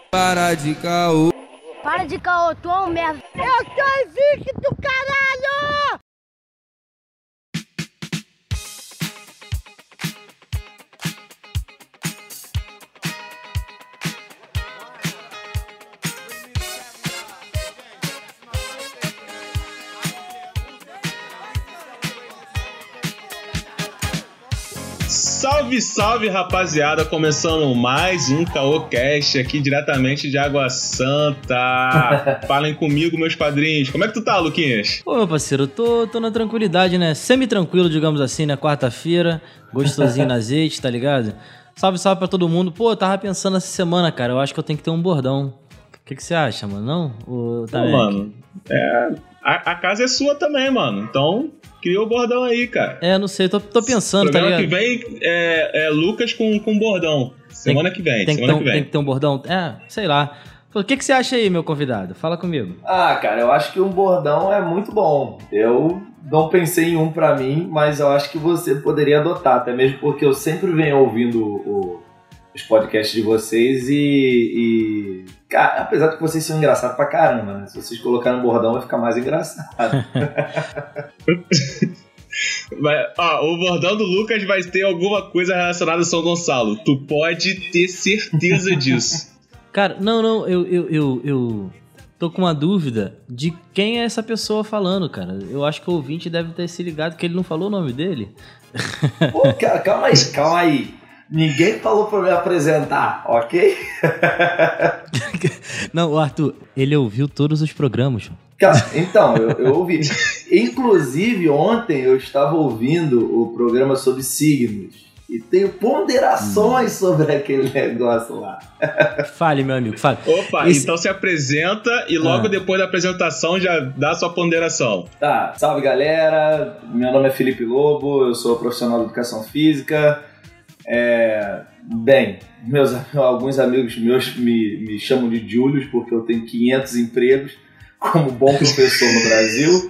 Para de caô. Para de caô, tu é um merda. Eu sou invicto, caralho! Salve, salve, rapaziada! Começando mais um CaôCast aqui diretamente de Água Santa. Falem comigo, meus padrinhos. Como é que tu tá, Luquinhas? Ô, meu parceiro, eu tô na tranquilidade, né? Semi-tranquilo, digamos assim, né? Quarta-feira, gostosinho no azeite, tá ligado? Salve, salve pra todo mundo. Pô, eu tava pensando essa semana, cara, eu acho que eu tenho que ter um bordão. O que você acha, mano? Não? Pô, mano, a casa é sua também, mano. Então, cria o bordão aí, cara. Não sei, tô pensando, tá ligado? Semana que vem é Lucas com bordão. Semana que vem. Tem que ter um bordão? Sei lá. O que você acha aí, meu convidado? Fala comigo. Cara, eu acho que um bordão é muito bom. Eu não pensei em um pra mim, mas eu acho que você poderia adotar, até mesmo porque eu sempre venho ouvindo os podcasts de vocês e cara, apesar de que vocês são engraçados pra caramba, né? Se vocês colocarem um bordão vai ficar mais engraçado. O bordão do Lucas vai ter alguma coisa relacionada a São Gonçalo. Tu pode ter certeza disso. Cara, não, eu tô com uma dúvida de quem é essa pessoa falando, cara. Eu acho que o ouvinte deve ter se ligado que ele não falou o nome dele. Pô, cara, calma aí. Ninguém falou pra me apresentar, ok? Não, Arthur, ele ouviu todos os programas. Cara, então, eu ouvi. Inclusive, ontem eu estava ouvindo o programa sobre signos. E tenho ponderações sobre aquele negócio lá. Fale, meu amigo, fale. Opa, então se apresenta e logo depois da apresentação já dá sua ponderação. Tá, salve galera. Meu nome é Felipe Lobo, eu sou profissional de educação física. Bem, alguns amigos meus me chamam de Július porque eu tenho 500 empregos como bom professor no Brasil.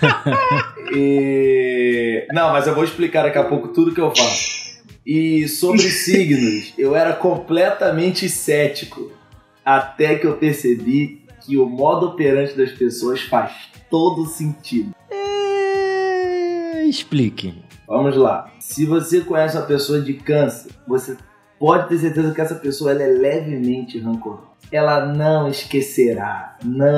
Não, mas eu vou explicar daqui a pouco tudo que eu faço. E sobre signos, eu era completamente cético até que eu percebi que o modo operante das pessoas faz todo sentido. Explique. Vamos lá. Se você conhece uma pessoa de câncer, você pode ter certeza que essa pessoa ela é levemente rancorosa. Ela não esquecerá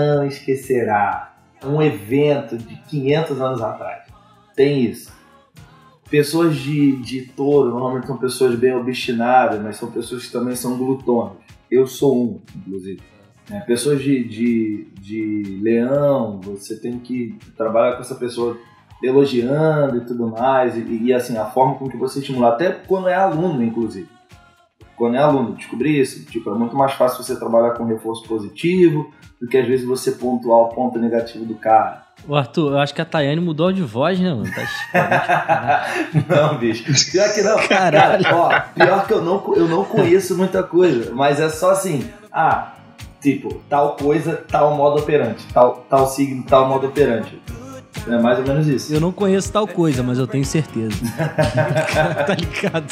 um evento de 500 anos atrás. Tem isso. Pessoas de touro normalmente são pessoas bem obstinadas, mas são pessoas que também são glutonas. Eu sou um, inclusive. Pessoas de leão, você tem que trabalhar com essa pessoa elogiando e tudo mais, e assim, a forma com que você estimular, até quando é aluno, inclusive. Quando é aluno, descobri isso, é muito mais fácil você trabalhar com reforço positivo do que às vezes você pontuar o ponto negativo do cara. Ô Arthur, eu acho que a Tayane mudou de voz, né, mano? Não, bicho. Pior que não. Caralho. Cara, ó, pior que eu não conheço muita coisa, mas é só assim, tal coisa, tal modo operante, tal signo, tal modo operante. É mais ou menos isso. Eu não conheço tal coisa, mas eu tenho certeza. Tá ligado?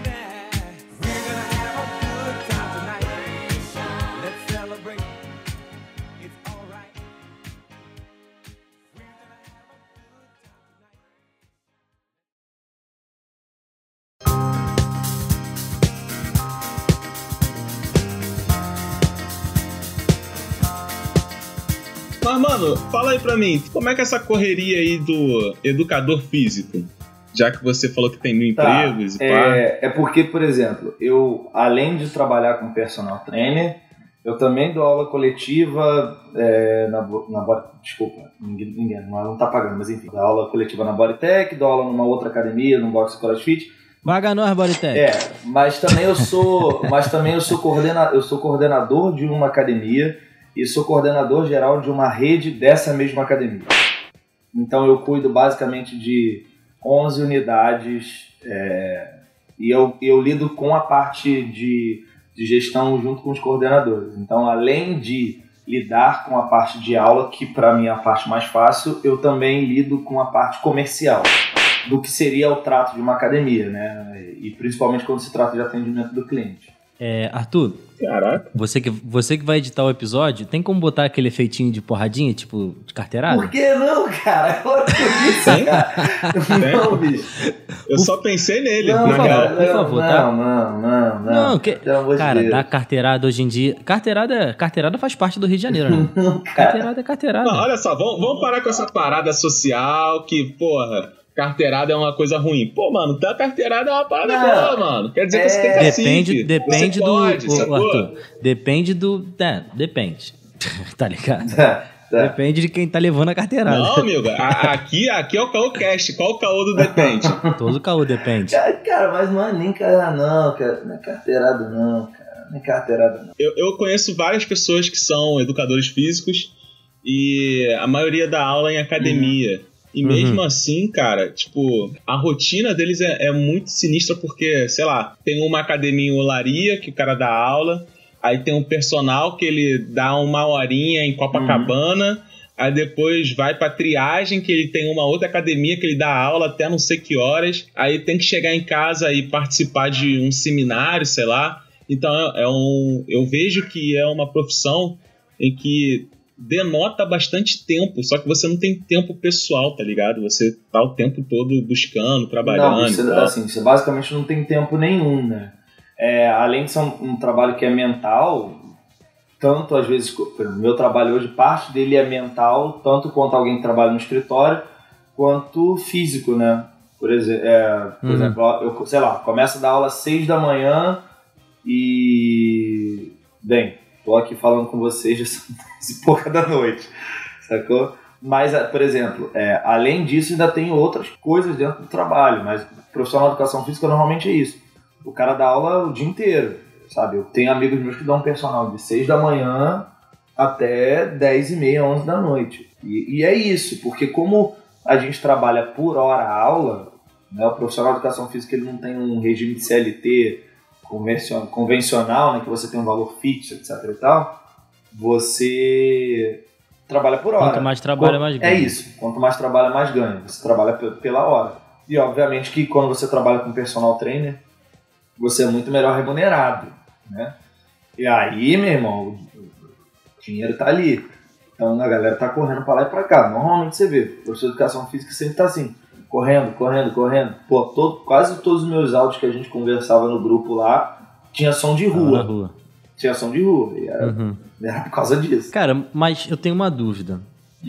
Mas, mano, fala aí pra mim, como é que é essa correria aí do educador físico? Já que você falou que tem 1000 empregos e pá. É porque, por exemplo, eu, além de trabalhar como personal trainer, eu também dou aula coletiva desculpa, ninguém não tá pagando, mas enfim, dou aula coletiva na Bodytech, dou aula numa outra academia, no Box CrossFit. Vaga nós, Bodytech. Mas também eu sou coordenador de uma academia e sou coordenador geral de uma rede dessa mesma academia. Então eu cuido basicamente de 11 unidades e eu lido com a parte de gestão junto com os coordenadores. Então, além de lidar com a parte de aula, que para mim é a parte mais fácil, eu também lido com a parte comercial do que seria o trato de uma academia, né? E principalmente quando se trata de atendimento do cliente. Arthur, Caraca. você que vai editar o episódio, tem como botar aquele efeitinho de porradinha, tipo, de carteirada? Por que não, cara? Olha isso, cara. Não, bicho. Eu só pensei nele. Não, na por real. favor, por favor, tá? Não. Pelo amor de Cara, Deus. dar carteirada hoje em dia... Carteirada faz parte do Rio de Janeiro, né? Carteirada é carteirada. Não, olha só, vamos parar com essa parada social que, porra, carteirada é uma coisa ruim. Pô, mano, dar carteirada é uma parada boa, mano. Quer dizer que você tem cacique. Depende você do... pode, sacou? Arthur, depende do... Depende. Tá ligado? Tá. Depende de quem tá levando a carteirada. Não, amigo, aqui é o CaôCast. Qual o caô do depende? Todo caô depende. Cara, mas não é nem carteirada não, cara. Não é carteirada não, cara. Não é carteirada não. Eu conheço várias pessoas que são educadores físicos e a maioria dá aula em academia. E mesmo assim, cara, tipo, a rotina deles é muito sinistra porque, sei lá, tem uma academia em Olaria que o cara dá aula, aí tem um personal que ele dá uma horinha em Copacabana, aí depois vai pra triagem que ele tem uma outra academia que ele dá aula até não sei que horas, aí tem que chegar em casa e participar de um seminário, sei lá. Então eu vejo que é uma profissão em que denota bastante tempo, só que você não tem tempo pessoal, tá ligado? Você tá o tempo todo buscando, trabalhando. Não, você basicamente não tem tempo nenhum, né? Além de ser um trabalho que é mental, tanto às vezes, o meu trabalho hoje, parte dele é mental, tanto quanto alguém que trabalha no escritório, quanto físico, né? Por exemplo, eu, sei lá, começo a dar aula às 6 da manhã e... Bem, tô aqui falando com vocês, já são 10 e pouca da noite, sacou? Mas, por exemplo, além disso, ainda tem outras coisas dentro do trabalho, mas profissional de educação física normalmente é isso. O cara dá aula o dia inteiro, sabe? Eu tenho amigos meus que dão personal de 6 da manhã até 10 e meia, 11 da noite. E é isso, porque como a gente trabalha por hora aula, né, o profissional de educação física ele não tem um regime de CLT convencional, né, que você tem um valor fixo, etc e tal, você trabalha por hora. Quanto mais trabalha, mais ganha. É isso, quanto mais trabalha, mais ganha. Você trabalha pela hora. E obviamente que quando você trabalha com personal trainer, você é muito melhor remunerado, né? E aí, meu irmão, o dinheiro tá ali. Então a galera tá correndo pra lá e pra cá. Normalmente você vê, o professor de educação física sempre tá assim, correndo. Pô, quase todos os meus áudios que a gente conversava no grupo lá, tinha som de rua. Tinha som de rua. E era por causa disso. Cara, mas eu tenho uma dúvida.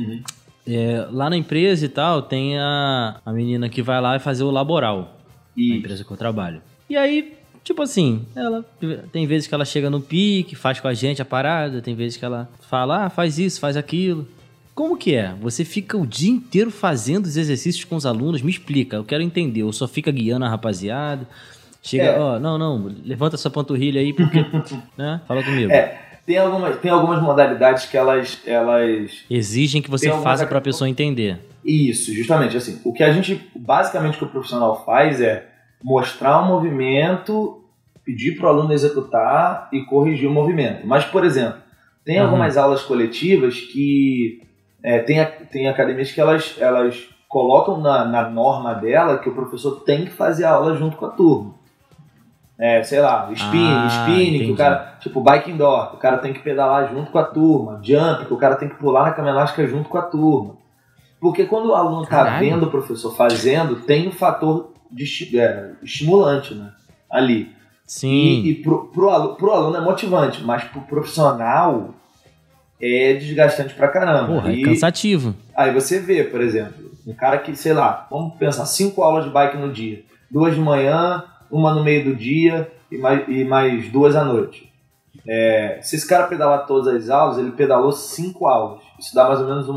Lá na empresa e tal, tem a menina que vai lá e fazer o laboral. Na empresa que eu trabalho. E aí, tipo assim, ela tem vezes que ela chega no pique, faz com a gente a parada, tem vezes que ela fala, faz isso, faz aquilo. Como que é? Você fica o dia inteiro fazendo os exercícios com os alunos? Me explica, eu quero entender. Ou só fica guiando a rapaziada? Chega, não, levanta essa panturrilha aí, porque, né? Fala comigo. Tem algumas modalidades que elas exigem que você faça para a pessoa entender. Isso, justamente, assim, basicamente o que o profissional faz é mostrar o movimento, pedir para o aluno executar e corrigir o movimento. Mas, por exemplo, tem algumas aulas coletivas que tem academias que elas colocam na norma dela que o professor tem que fazer a aula junto com a turma. Sei lá, spinning, que o cara, tipo bike indoor, que o cara tem que pedalar junto com a turma, jump, que o cara tem que pular na cama elástica junto com a turma. Porque quando o aluno tá vendo o professor fazendo, tem um fator estimulante, né, ali. Sim. E pro aluno é motivante, mas pro profissional é desgastante pra caramba. Porra, é cansativo. Aí você vê, por exemplo, um cara que, sei lá, vamos pensar, 5 aulas de bike no dia. 2 de manhã, uma no meio do dia e mais 2 à noite. Se esse cara pedalar todas as aulas, ele pedalou 5 aulas. Isso dá mais ou menos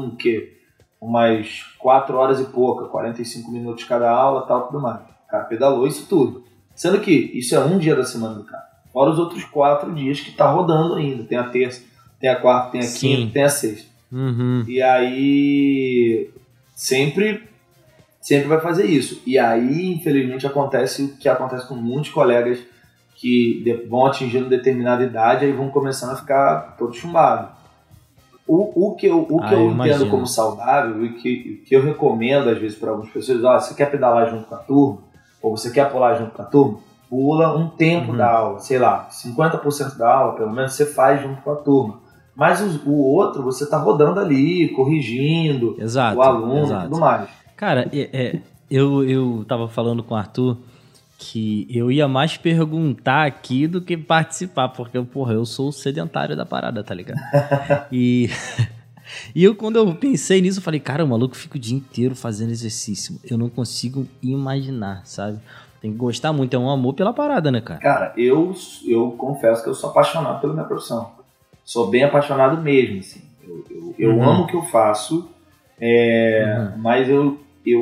umas 4 horas e pouca, 45 minutos cada aula, tal, tudo mais. O cara pedalou isso tudo. Sendo que isso é um dia da semana do cara. Fora os outros 4 dias que tá rodando ainda. Tem a terça, tem a quarta, tem a quinta, tem a sexta. E aí sempre vai fazer isso. E aí, infelizmente, acontece o que acontece com muitos colegas que vão atingindo determinada idade e vão começando a ficar todos chumbados. O que eu entendo como saudável e o que eu recomendo às vezes para algumas pessoas, você quer pedalar junto com a turma, ou você quer pular junto com a turma, pula um tempo da aula, sei lá, 50% da aula, pelo menos você faz junto com a turma. Mas o outro, você tá rodando ali, corrigindo Exato, o aluno exato. e tudo mais. Cara, eu tava falando com o Arthur que eu ia mais perguntar aqui do que participar, porque, porra, eu sou o sedentário da parada, tá ligado? E quando eu pensei nisso, eu falei, cara, o maluco fica o dia inteiro fazendo exercício. Eu não consigo imaginar, sabe? Tem que gostar muito, é um amor pela parada, né, cara? Cara, eu confesso que eu sou apaixonado pela minha profissão. Sou bem apaixonado mesmo, assim. Eu amo o que eu faço, mas eu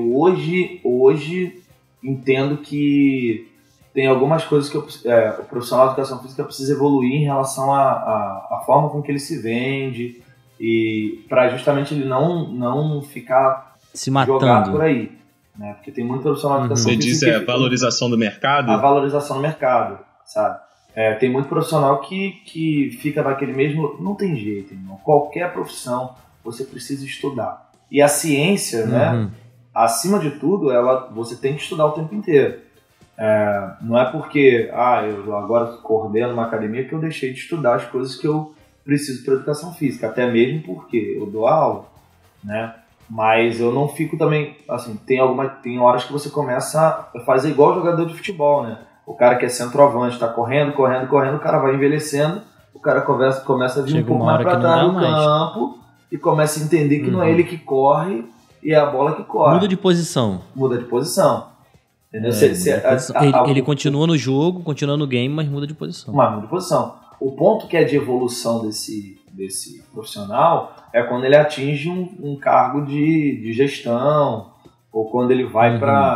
hoje entendo que tem algumas coisas que o profissional de educação física precisa evoluir em relação à forma com que ele se vende e para justamente ele não ficar se matando jogado por aí, né? Porque tem muito profissional de educação física. Você diz a valorização do mercado? A valorização do mercado, sabe? Tem muito profissional que fica naquele mesmo... Não tem jeito, irmão. Qualquer profissão você precisa estudar. E a ciência, né? Acima de tudo, você tem que estudar o tempo inteiro. Não é porque eu agora coordeno uma academia que eu deixei de estudar as coisas que eu preciso para educação física. Até mesmo porque eu dou aula, né? Mas eu não fico também... Assim, tem horas que você começa a fazer igual jogador de futebol, né? O cara que é centroavante, tá correndo, o cara vai envelhecendo, o cara começa a vir um pouco mais pra trás do campo e começa a entender que não é ele que corre e é a bola que corre. Muda de posição. Entendeu? Ele continua no jogo, continua no game, mas muda de posição. O ponto que é de evolução desse profissional é quando ele atinge um cargo de gestão ou quando ele vai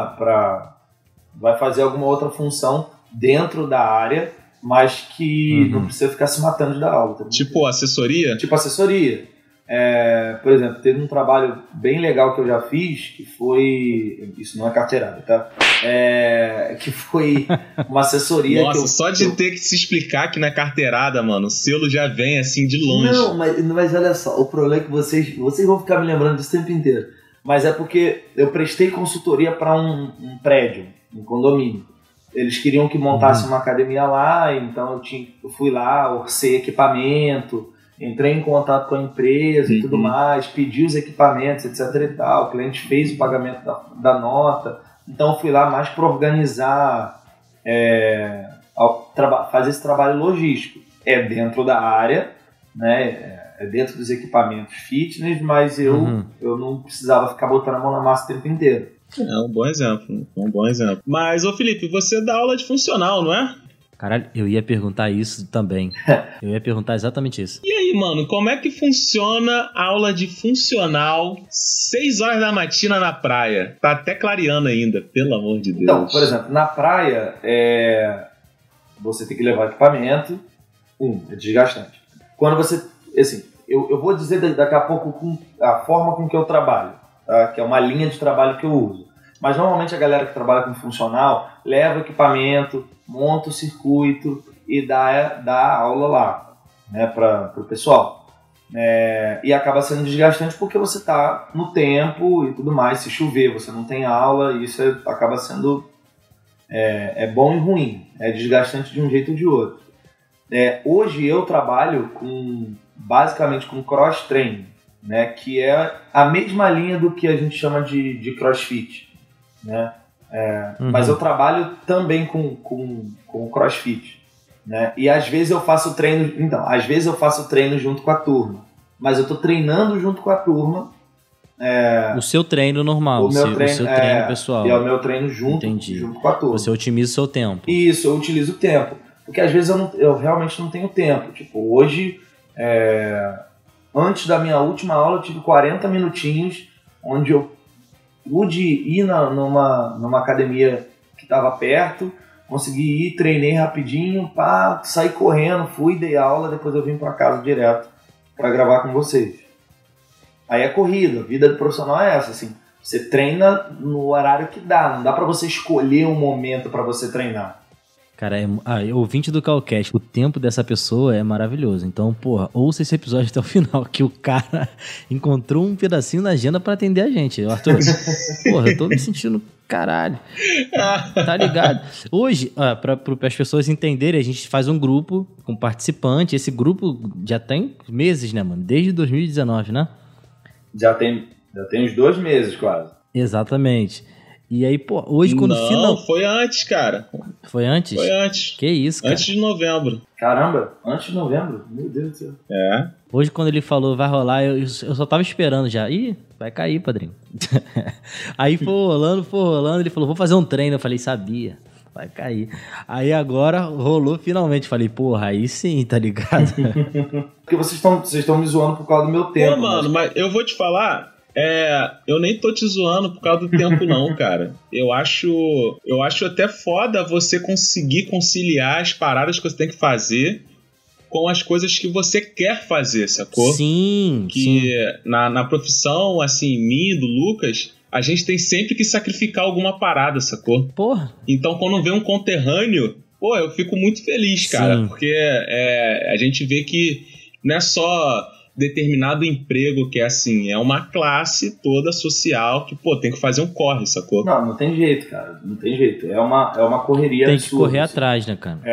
vai fazer alguma outra função dentro da área, mas que não precisa ficar se matando de dar aula. Tá? Tipo assessoria? Tipo assessoria. Por exemplo, teve um trabalho bem legal que eu já fiz, que foi... Isso não é carteirada, tá? Que foi uma assessoria... Nossa, só de ter que se explicar que não é carteirada, mano, o selo já vem assim de longe. Não, mas olha só, o problema é que vocês vão ficar me lembrando disso o tempo inteiro. Mas é porque eu prestei consultoria para um prédio, um condomínio. Eles queriam que montasse uma academia lá, então eu fui lá, orcei equipamento, entrei em contato com a empresa e tudo mais, pedi os equipamentos, etc e tal. O cliente fez o pagamento da nota, então eu fui lá mais para organizar, fazer esse trabalho logístico. É dentro da área, né? É dentro dos equipamentos fitness, mas eu não precisava ficar botando a mão na massa o tempo inteiro. É um bom exemplo, Mas, ô Felipe, você dá aula de funcional, não é? Caralho, eu ia perguntar isso também. Eu ia perguntar exatamente isso. E aí, mano, como é que funciona a aula de funcional 6 horas da matina na praia? Tá até clareando ainda, pelo amor de Deus. Então, por exemplo, na praia, você tem que levar equipamento. É desgastante. Quando você... Assim, eu vou dizer daqui a pouco com a forma com que eu trabalho, tá? Que é uma linha de trabalho que eu uso. Mas normalmente a galera que trabalha com funcional leva equipamento, monta o circuito e dá aula lá, né, para o pessoal. E acaba sendo desgastante porque você está no tempo e tudo mais. Se chover, você não tem aula e isso acaba sendo bom e ruim. É desgastante de um jeito ou de outro. Hoje eu trabalho basicamente com cross-training, né, que é a mesma linha do que a gente chama de crossfit, né? Mas eu trabalho também com crossfit, né? E às vezes eu faço treino, às vezes eu faço treino junto com a turma, mas eu tô treinando junto com a turma. O seu treino normal, o seu treino pessoal. E é o meu treino junto com a turma. Você otimiza o seu tempo. Isso, eu utilizo o tempo. Porque às vezes eu realmente não tenho tempo. Tipo, hoje, antes da minha última aula, eu tive 40 minutinhos onde eu pude ir numa academia que estava perto, consegui ir, treinei rapidinho, saí correndo, fui, dei aula, depois eu vim para casa direto para gravar com vocês. Aí é corrida, a vida do profissional é essa, assim, você treina no horário que dá, não dá para você escolher um momento para você treinar. Cara, ouvinte do Calcast, o tempo dessa pessoa é maravilhoso. Então, porra, ouça esse episódio até o final, que o cara encontrou um pedacinho na agenda pra atender a gente. Arthur, porra, eu tô me sentindo caralho. Tá ligado? Hoje, para as pessoas entenderem, a gente faz um grupo com participante. Esse grupo já tem meses, né, mano? Desde 2019, né? Já tem uns 2 meses, quase. Exatamente. E aí, pô, hoje quando Não, foi antes, cara. Foi antes? Foi antes. Que isso, cara? Antes de novembro. Caramba, antes de novembro? Meu Deus do céu. É. Hoje quando ele falou vai rolar, eu só tava esperando já. Ih, vai cair, padrinho. Aí foi rolando, ele falou, vou fazer um treino. Eu falei, sabia, vai cair. Aí agora rolou finalmente. Falei, porra, aí sim, tá ligado? Porque vocês estão me zoando por causa do meu tempo. Pô, mano, mas eu vou te falar... eu nem tô te zoando por causa do tempo não, cara. Eu acho até foda você conseguir conciliar as paradas que você tem que fazer com as coisas que você quer fazer, sacou? Sim, que na profissão, assim, minha e do Lucas, a gente tem sempre que sacrificar alguma parada, sacou? Porra. Então, quando vem um conterrâneo, pô, eu fico muito feliz, cara. Sim. Porque a gente vê que não é só... determinado emprego que é assim, é uma classe toda social que, pô, tem que fazer um corre, sacou? Não tem jeito, cara, não tem jeito, é uma correria tem absurda. Que correr assim. atrás, né, cara?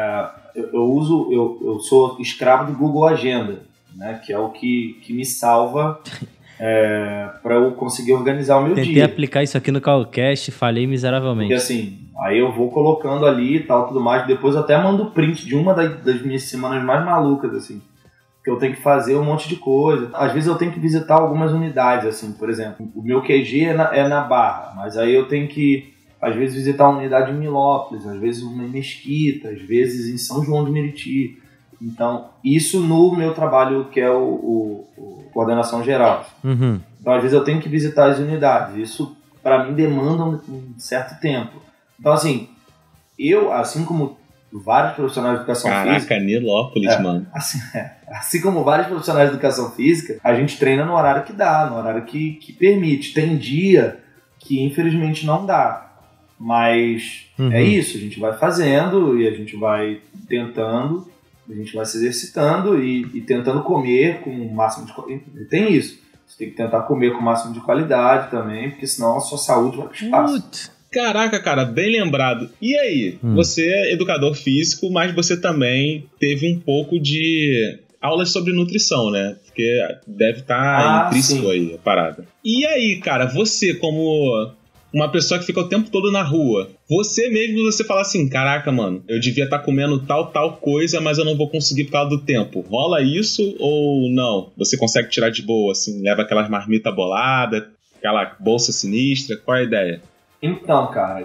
Eu sou escravo do Google Agenda, né, que é o que me salva para eu conseguir organizar o meu dia. Tentei aplicar isso aqui no Calcast, falhei miseravelmente. Porque assim, aí eu vou colocando ali e tal, tudo mais, depois eu até mando print de uma das minhas semanas mais malucas, assim, que eu tenho que fazer um monte de coisa. Às vezes eu tenho que visitar algumas unidades, assim, por exemplo, o meu QG é na Barra, mas aí eu tenho que, às vezes, visitar uma unidade em Milópolis, às vezes uma em Mesquita, às vezes em São João de Meriti. Então, isso no meu trabalho, que é o coordenação geral. Uhum. Então, às vezes eu tenho que visitar as unidades. Isso, para mim, demanda um certo tempo. Então, assim, eu, assim como vários profissionais de educação física... Caraca, Nilópolis, mano. Assim como vários profissionais de educação física, a gente treina no horário que dá, no horário que permite. Tem dia que, infelizmente, não dá. Mas é isso, a gente vai fazendo e a gente vai tentando, a gente vai se exercitando e tentando comer com o máximo de qualidade. Tem isso. Você tem que tentar comer com o máximo de qualidade também, porque senão a sua saúde vai pro espaço. Caraca, cara, bem lembrado. E aí? Você é educador físico, mas você também teve um pouco de aulas sobre nutrição, né? Porque deve estar intrínseco aí a parada. E aí, cara, você como uma pessoa que fica o tempo todo na rua, você fala assim, caraca, mano, eu devia estar comendo tal coisa, mas eu não vou conseguir por causa do tempo. Rola isso ou não? Você consegue tirar de boa, assim, leva aquelas marmitas boladas, aquela bolsa sinistra, qual é a ideia? Então, cara,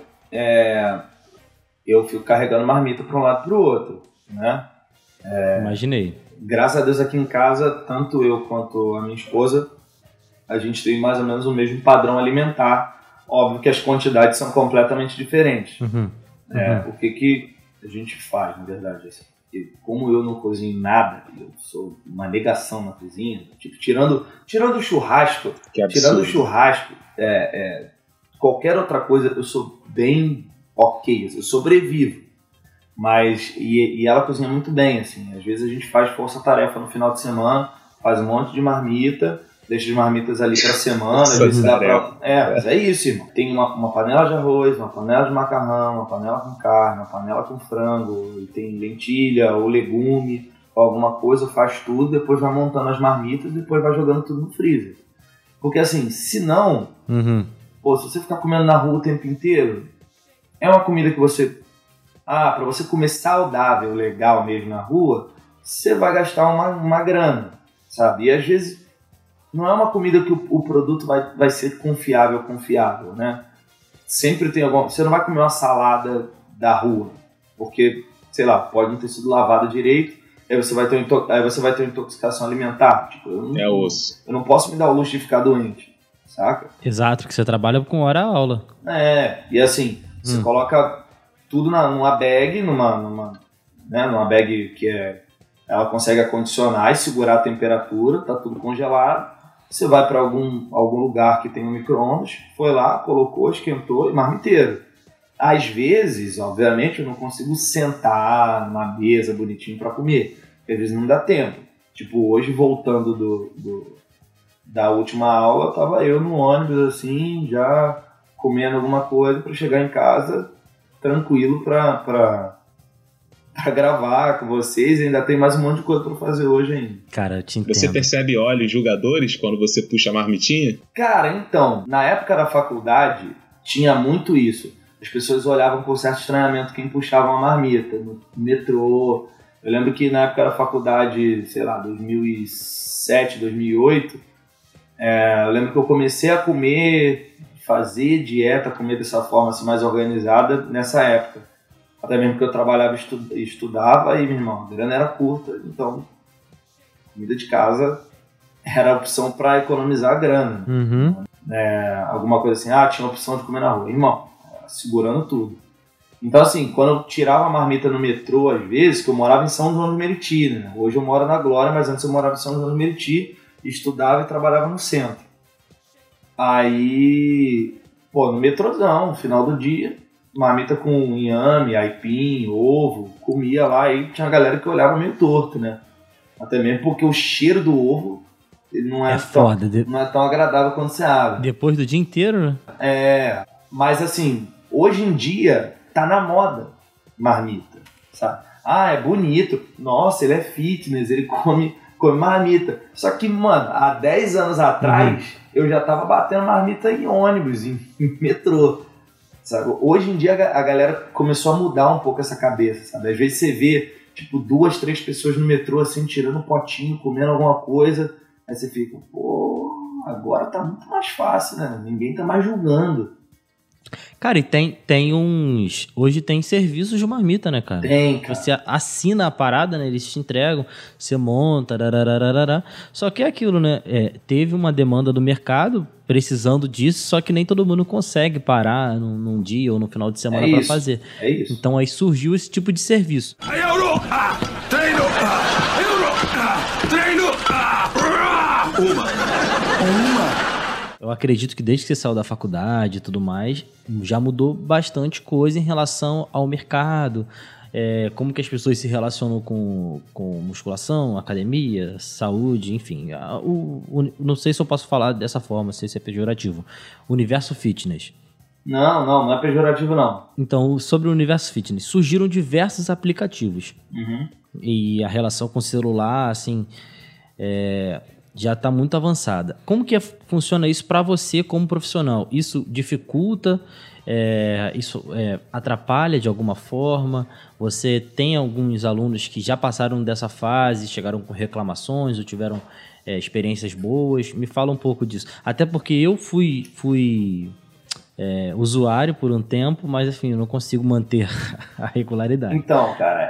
eu fico carregando marmita para um lado e para o outro, né? Imaginei. Graças a Deus aqui em casa, tanto eu quanto a minha esposa, a gente tem mais ou menos o mesmo padrão alimentar. Óbvio que as quantidades são completamente diferentes. O que a gente faz, na verdade, assim? Porque como eu não cozinho nada, eu sou uma negação na cozinha, tipo, tirando o churrasco, qualquer outra coisa, eu sou bem ok, eu sobrevivo. Mas, e ela cozinha muito bem, assim. Às vezes a gente faz força-tarefa no final de semana, faz um monte de marmita, deixa as marmitas ali pra semana, às vezes dá pra... mas é isso, irmão. Tem uma panela de arroz, uma panela de macarrão, uma panela com carne, uma panela com frango, e tem lentilha ou legume, ou alguma coisa, faz tudo, depois vai montando as marmitas, depois vai jogando tudo no freezer. Porque assim, se não... se você ficar comendo na rua o tempo inteiro, é uma comida que você... para você comer saudável, legal mesmo na rua, você vai gastar uma grana, sabe? E às vezes não é uma comida que o produto vai ser confiável, né? Sempre tem alguma... Você não vai comer uma salada da rua, porque, sei lá, pode não ter sido lavada direito, aí você vai ter uma intoxicação alimentar. Tipo, osso. Eu não posso me dar o luxo de ficar doente, saca? Exato, porque você trabalha com hora-aula. E assim, você coloca tudo numa bag, numa bag que ela consegue acondicionar e segurar a temperatura, tá tudo congelado. Você vai para algum lugar que tem um micro-ondas, foi lá, colocou, esquentou e marmiteiro. Às vezes, obviamente, eu não consigo sentar numa mesa bonitinho para comer. Às vezes não dá tempo. Tipo, hoje, voltando da última aula, tava eu no ônibus, assim, já comendo alguma coisa para chegar em casa tranquilo para gravar com vocês. Ainda tem mais um monte de coisa para fazer hoje ainda. Cara, eu te entendo. Você percebe olhos julgadores quando você puxa a marmitinha? Cara, então, na época da faculdade, tinha muito isso. As pessoas olhavam com certo estranhamento quem puxava uma marmita no metrô. Eu lembro que na época da faculdade, sei lá, 2007, 2008, eu lembro que eu comecei a comer, fazer dieta, comer dessa forma assim, mais organizada nessa época. Até mesmo porque eu trabalhava e estudava e, meu irmão, a grana era curta, então comida de casa era a opção para economizar a grana. Uhum. Alguma coisa assim, tinha a opção de comer na rua. Irmão, segurando tudo. Então, assim, quando eu tirava a marmita no metrô, às vezes, que eu morava em São João do Meriti, né? Hoje eu moro na Glória, mas antes eu morava em São João do Meriti, estudava e trabalhava no centro. Aí, no metrôzão, no final do dia, marmita com inhame, aipim, ovo, comia lá, e tinha a galera que olhava meio torto, né? Até mesmo porque o cheiro do ovo ele não é tão agradável quando você abre. Depois do dia inteiro, né? Mas assim, hoje em dia tá na moda marmita, sabe? É bonito, nossa, ele é fitness, ele come marmita. Só que, mano, há 10 anos atrás, eu já tava batendo marmita em ônibus, em metrô, sabe? Hoje em dia a galera começou a mudar um pouco essa cabeça, sabe? Às vezes você vê, tipo, 2, 3 pessoas no metrô, assim, tirando um potinho, comendo alguma coisa, aí você fica, agora tá muito mais fácil, né? Ninguém tá mais julgando. Cara, e tem uns... Hoje tem serviços de marmita, né, cara? Tem, cara. Você assina a parada, né? Eles te entregam, você monta, rarararara. Só que é aquilo, né? Teve uma demanda do mercado precisando disso, só que nem todo mundo consegue parar num dia ou no final de semana pra fazer. É isso. Então aí surgiu esse tipo de serviço. Eu acredito que desde que você saiu da faculdade e tudo mais, já mudou bastante coisa em relação ao mercado, como que as pessoas se relacionam com musculação, academia, saúde, enfim. Não sei se eu posso falar dessa forma, se isso é pejorativo. Universo fitness. Não é pejorativo, não. Então, sobre o universo fitness, surgiram diversos aplicativos. Uhum. E a relação com o celular, assim... já está muito avançada. Como que funciona isso para você como profissional? Isso dificulta? Isso atrapalha de alguma forma? Você tem alguns alunos que já passaram dessa fase, chegaram com reclamações ou tiveram experiências boas? Me fala um pouco disso. Até porque eu fui usuário por um tempo, mas enfim, eu não consigo manter a regularidade. Então, cara,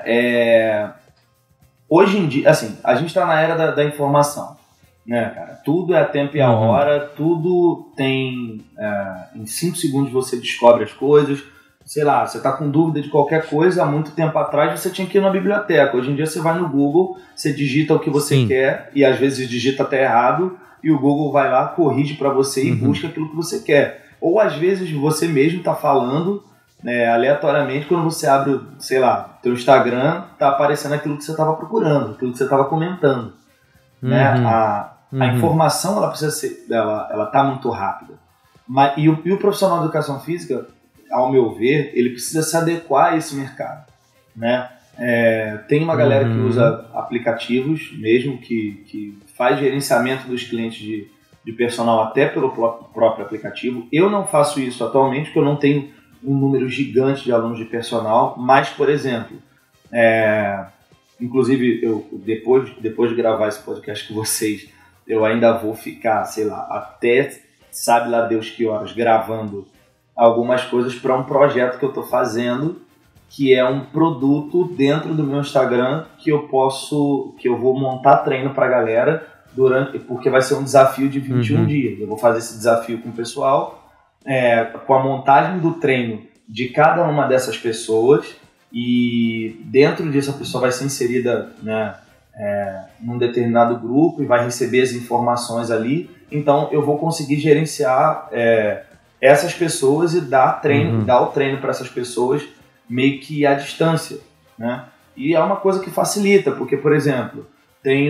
hoje em dia, assim, a gente está na era da informação. Né, cara? Tudo é a tempo e a hora, tudo tem... em 5 segundos você descobre as coisas. Sei lá, você tá com dúvida de qualquer coisa, há muito tempo atrás você tinha que ir na biblioteca. Hoje em dia você vai no Google, você digita o que você quer, e às vezes digita até errado, e o Google vai lá, corrige para você e busca aquilo que você quer. Ou às vezes você mesmo tá falando, né, aleatoriamente, quando você abre, sei lá, teu Instagram, tá aparecendo aquilo que você tava procurando, aquilo que você tava comentando. Né? A informação, ela precisa ser, ela tá muito rápida. E o profissional de educação física, ao meu ver, ele precisa se adequar a esse mercado, né? Tem uma galera que usa aplicativos mesmo, que faz gerenciamento dos clientes de personal até pelo próprio aplicativo. Eu não faço isso atualmente, porque eu não tenho um número gigante de alunos de personal, mas, por exemplo, inclusive, depois de gravar esse podcast com vocês, eu ainda vou ficar, sei lá, até sabe lá Deus que horas, gravando algumas coisas para um projeto que eu estou fazendo, que é um produto dentro do meu Instagram que eu vou montar treino para a galera porque vai ser um desafio de 21 dias. Eu vou fazer esse desafio com o pessoal, com a montagem do treino de cada uma dessas pessoas, e dentro disso a pessoa vai ser inserida, né, num determinado grupo e vai receber as informações ali. Então eu vou conseguir gerenciar essas pessoas e dar o treino para essas pessoas meio que à distância, né? E é uma coisa que facilita, porque, por exemplo, tem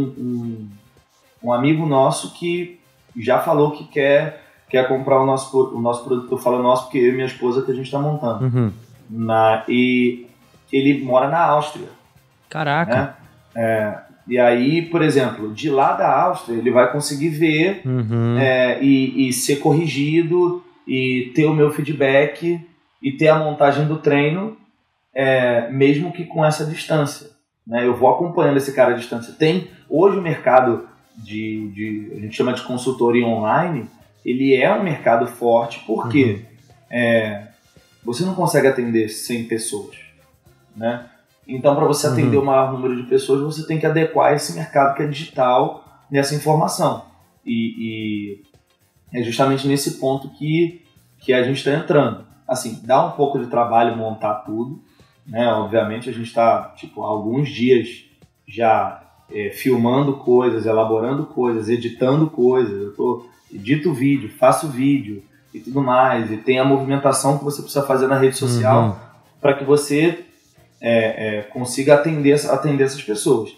um amigo nosso que já falou que quer comprar o nosso produto. Eu falo nosso porque eu e minha esposa que a gente está montando. E ele mora na Áustria. Caraca. Né? E aí, por exemplo, de lá da Áustria, ele vai conseguir ver e ser corrigido e ter o meu feedback e ter a montagem do treino, mesmo que com essa distância. Né? Eu vou acompanhando esse cara à distância. Tem hoje o mercado a gente chama de consultoria online, ele é um mercado forte porque você não consegue atender 100 pessoas, né? Então, para você atender o maior número de pessoas, você tem que adequar esse mercado que é digital nessa informação. E é justamente nesse ponto que a gente está entrando. Assim, dá um pouco de trabalho montar tudo, né? Obviamente, a gente está há alguns dias já filmando coisas, elaborando coisas, editando coisas. Eu edito vídeo, faço vídeo e tudo mais. E tem a movimentação que você precisa fazer na rede social para que você consiga atender essas pessoas.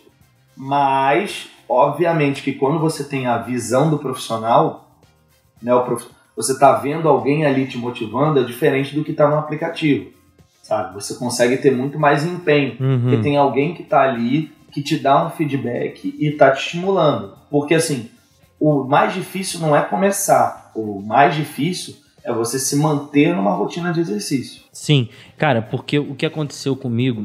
Mas, obviamente, que quando você tem a visão do profissional, né, você está vendo alguém ali te motivando, é diferente do que está no aplicativo, sabe? Você consegue ter muito mais empenho, porque tem alguém que está ali, que te dá um feedback e está te estimulando. Porque, assim, o mais difícil não é começar, o mais difícil é você se manter numa rotina de exercício. Sim, cara, porque o que aconteceu comigo,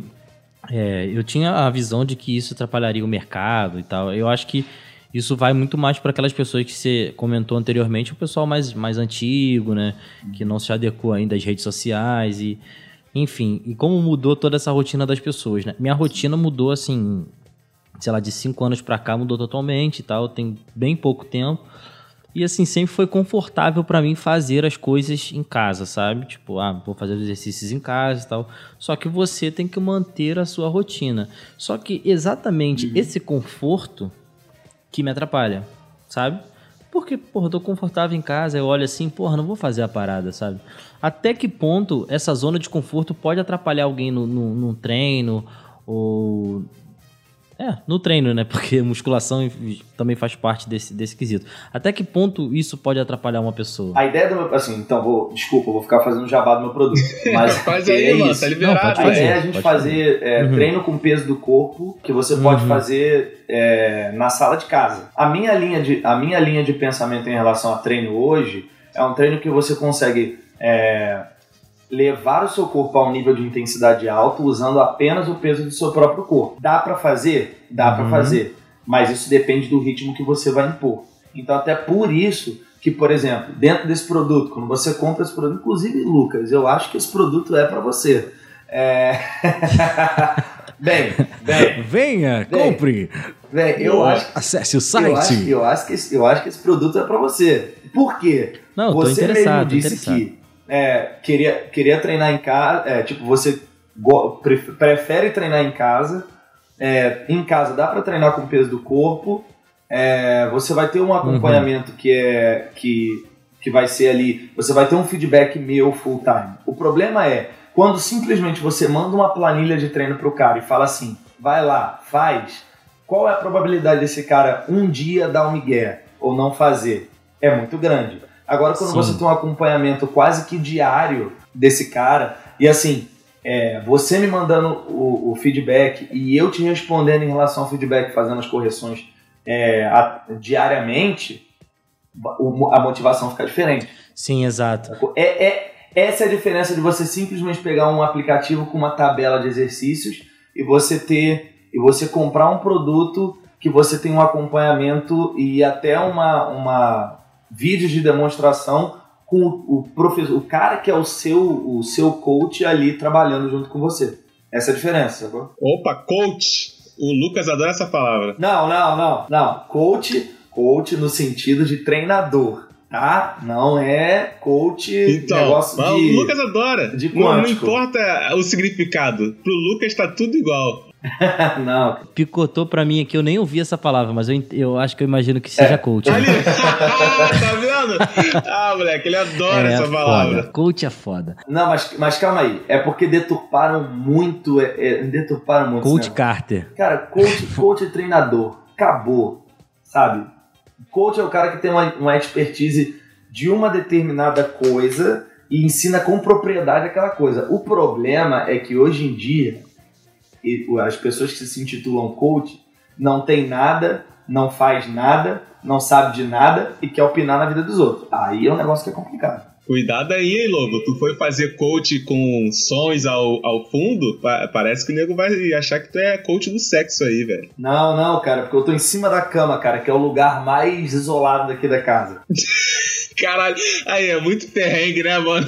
eu tinha a visão de que isso atrapalharia o mercado e tal. Eu acho que isso vai muito mais para aquelas pessoas que você comentou anteriormente, o pessoal mais antigo, né? Que não se adequou ainda às redes sociais e... Enfim, e como mudou toda essa rotina das pessoas, né? Minha rotina mudou, assim, sei lá, de 5 anos pra cá mudou totalmente e tal. Tem bem pouco tempo. E, assim, sempre foi confortável pra mim fazer as coisas em casa, sabe? Tipo, vou fazer os exercícios em casa e tal. Só que você tem que manter a sua rotina. Só que exatamente esse conforto que me atrapalha, sabe? Porque, eu tô confortável em casa, eu olho assim, não vou fazer a parada, sabe? Até que ponto essa zona de conforto pode atrapalhar alguém num treino ou... no treino, né? Porque musculação também faz parte desse quesito. Até que ponto isso pode atrapalhar uma pessoa? A ideia do meu... Assim, então, vou ficar fazendo jabá do meu produto. Mas faz aí, mano, tá liberado. A ideia é a gente fazer treino com peso do corpo, que você pode fazer na sala de casa. A minha linha de pensamento em relação a treino hoje é um treino que você consegue levar o seu corpo a um nível de intensidade alto usando apenas o peso do seu próprio corpo. Dá pra fazer? Dá pra fazer. Mas isso depende do ritmo que você vai impor. Então, até por isso que, por exemplo, dentro desse produto, quando você compra esse produto, inclusive, Lucas, eu acho que esse produto é pra você. Venha, compre. Acesse o site. Eu acho que esse produto é pra você. Por quê? Não, eu tô você interessado. Mesmo disse que queria treinar em casa, você prefere treinar em casa. Em casa dá para treinar com o peso do corpo. Você vai ter um acompanhamento que vai ser ali. Você vai ter um feedback meu full time. O problema é quando simplesmente você manda uma planilha de treino pro cara e fala assim: vai lá, faz. Qual é a probabilidade desse cara um dia dar um migué ou não fazer? É muito grande. Agora, quando você tem um acompanhamento quase que diário desse cara, e assim, você me mandando o feedback e eu te respondendo em relação ao feedback, fazendo as correções diariamente, a motivação fica diferente. Sim, exato. Essa é a diferença de você simplesmente pegar um aplicativo com uma tabela de exercícios e você comprar um produto que você tem um acompanhamento e até vídeos de demonstração com o professor, o cara que é o seu coach ali trabalhando junto com você. Essa é a diferença, sacou? Opa, coach! O Lucas adora essa palavra. Não. Coach no sentido de treinador, tá? Não é coach negócio de... O Lucas adora. De não importa o significado. Pro Lucas tá tudo igual. Não. Picotou pra mim aqui, eu nem ouvi essa palavra, mas eu acho que eu imagino que seja coach. Ali. Tá vendo? Ah, moleque, ele adora essa palavra. Foda. Coach é foda. Não, mas calma aí. É porque deturparam muito. Deturparam muito. Coach Carter. Cara, coach é treinador. Acabou. Sabe? Coach é o cara que tem uma expertise de uma determinada coisa e ensina com propriedade aquela coisa. O problema é que hoje em dia as pessoas que se intitulam coach não tem nada, não faz nada, não sabe de nada e quer opinar na vida dos outros. Aí é um negócio que é complicado. Cuidado aí, hein, Lobo? Tu foi fazer coach com sons ao fundo? Parece que o nego vai achar que tu é coach do sexo aí, velho. Não, cara, porque eu tô em cima da cama, cara, que é o lugar mais isolado daqui da casa. Caralho, aí é muito perrengue, né, mano?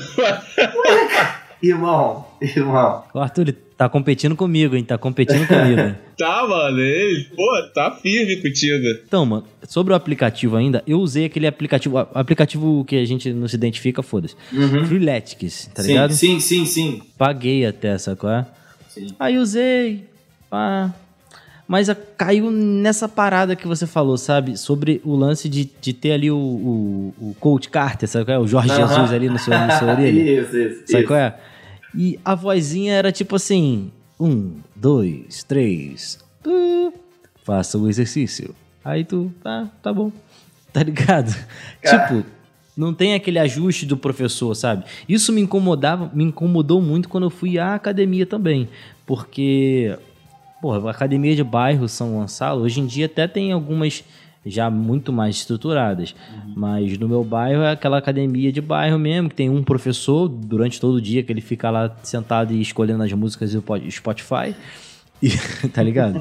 Irmão. O Arthur, ele tá competindo comigo, hein? Tá competindo comigo. Tá, mano, ele, tá firme contigo. Então, mano, sobre o aplicativo ainda, eu usei aquele aplicativo que a gente não se identifica, foda-se. Freeletics, tá ligado? Sim. Paguei até, sacou? Sim. Aí usei, pá. Mas caiu nessa parada que você falou, sabe? Sobre o lance de ter ali o Coach Carter, sabe qual é? O Jorge Jesus ali no seu orelha. Isso. Sabe qual é? E a vozinha era tipo assim: 1, 2, 3, faça o exercício. Aí tu, tá bom, tá ligado? Cara. Tipo, não tem aquele ajuste do professor, sabe? Isso me incomodou muito quando eu fui à academia também. Porque, a academia de bairro São Gonçalo, hoje em dia até tem algumas já muito mais estruturadas. Mas no meu bairro é aquela academia de bairro mesmo, que tem um professor durante todo o dia, que ele fica lá sentado e escolhendo as músicas do Spotify. Tá ligado?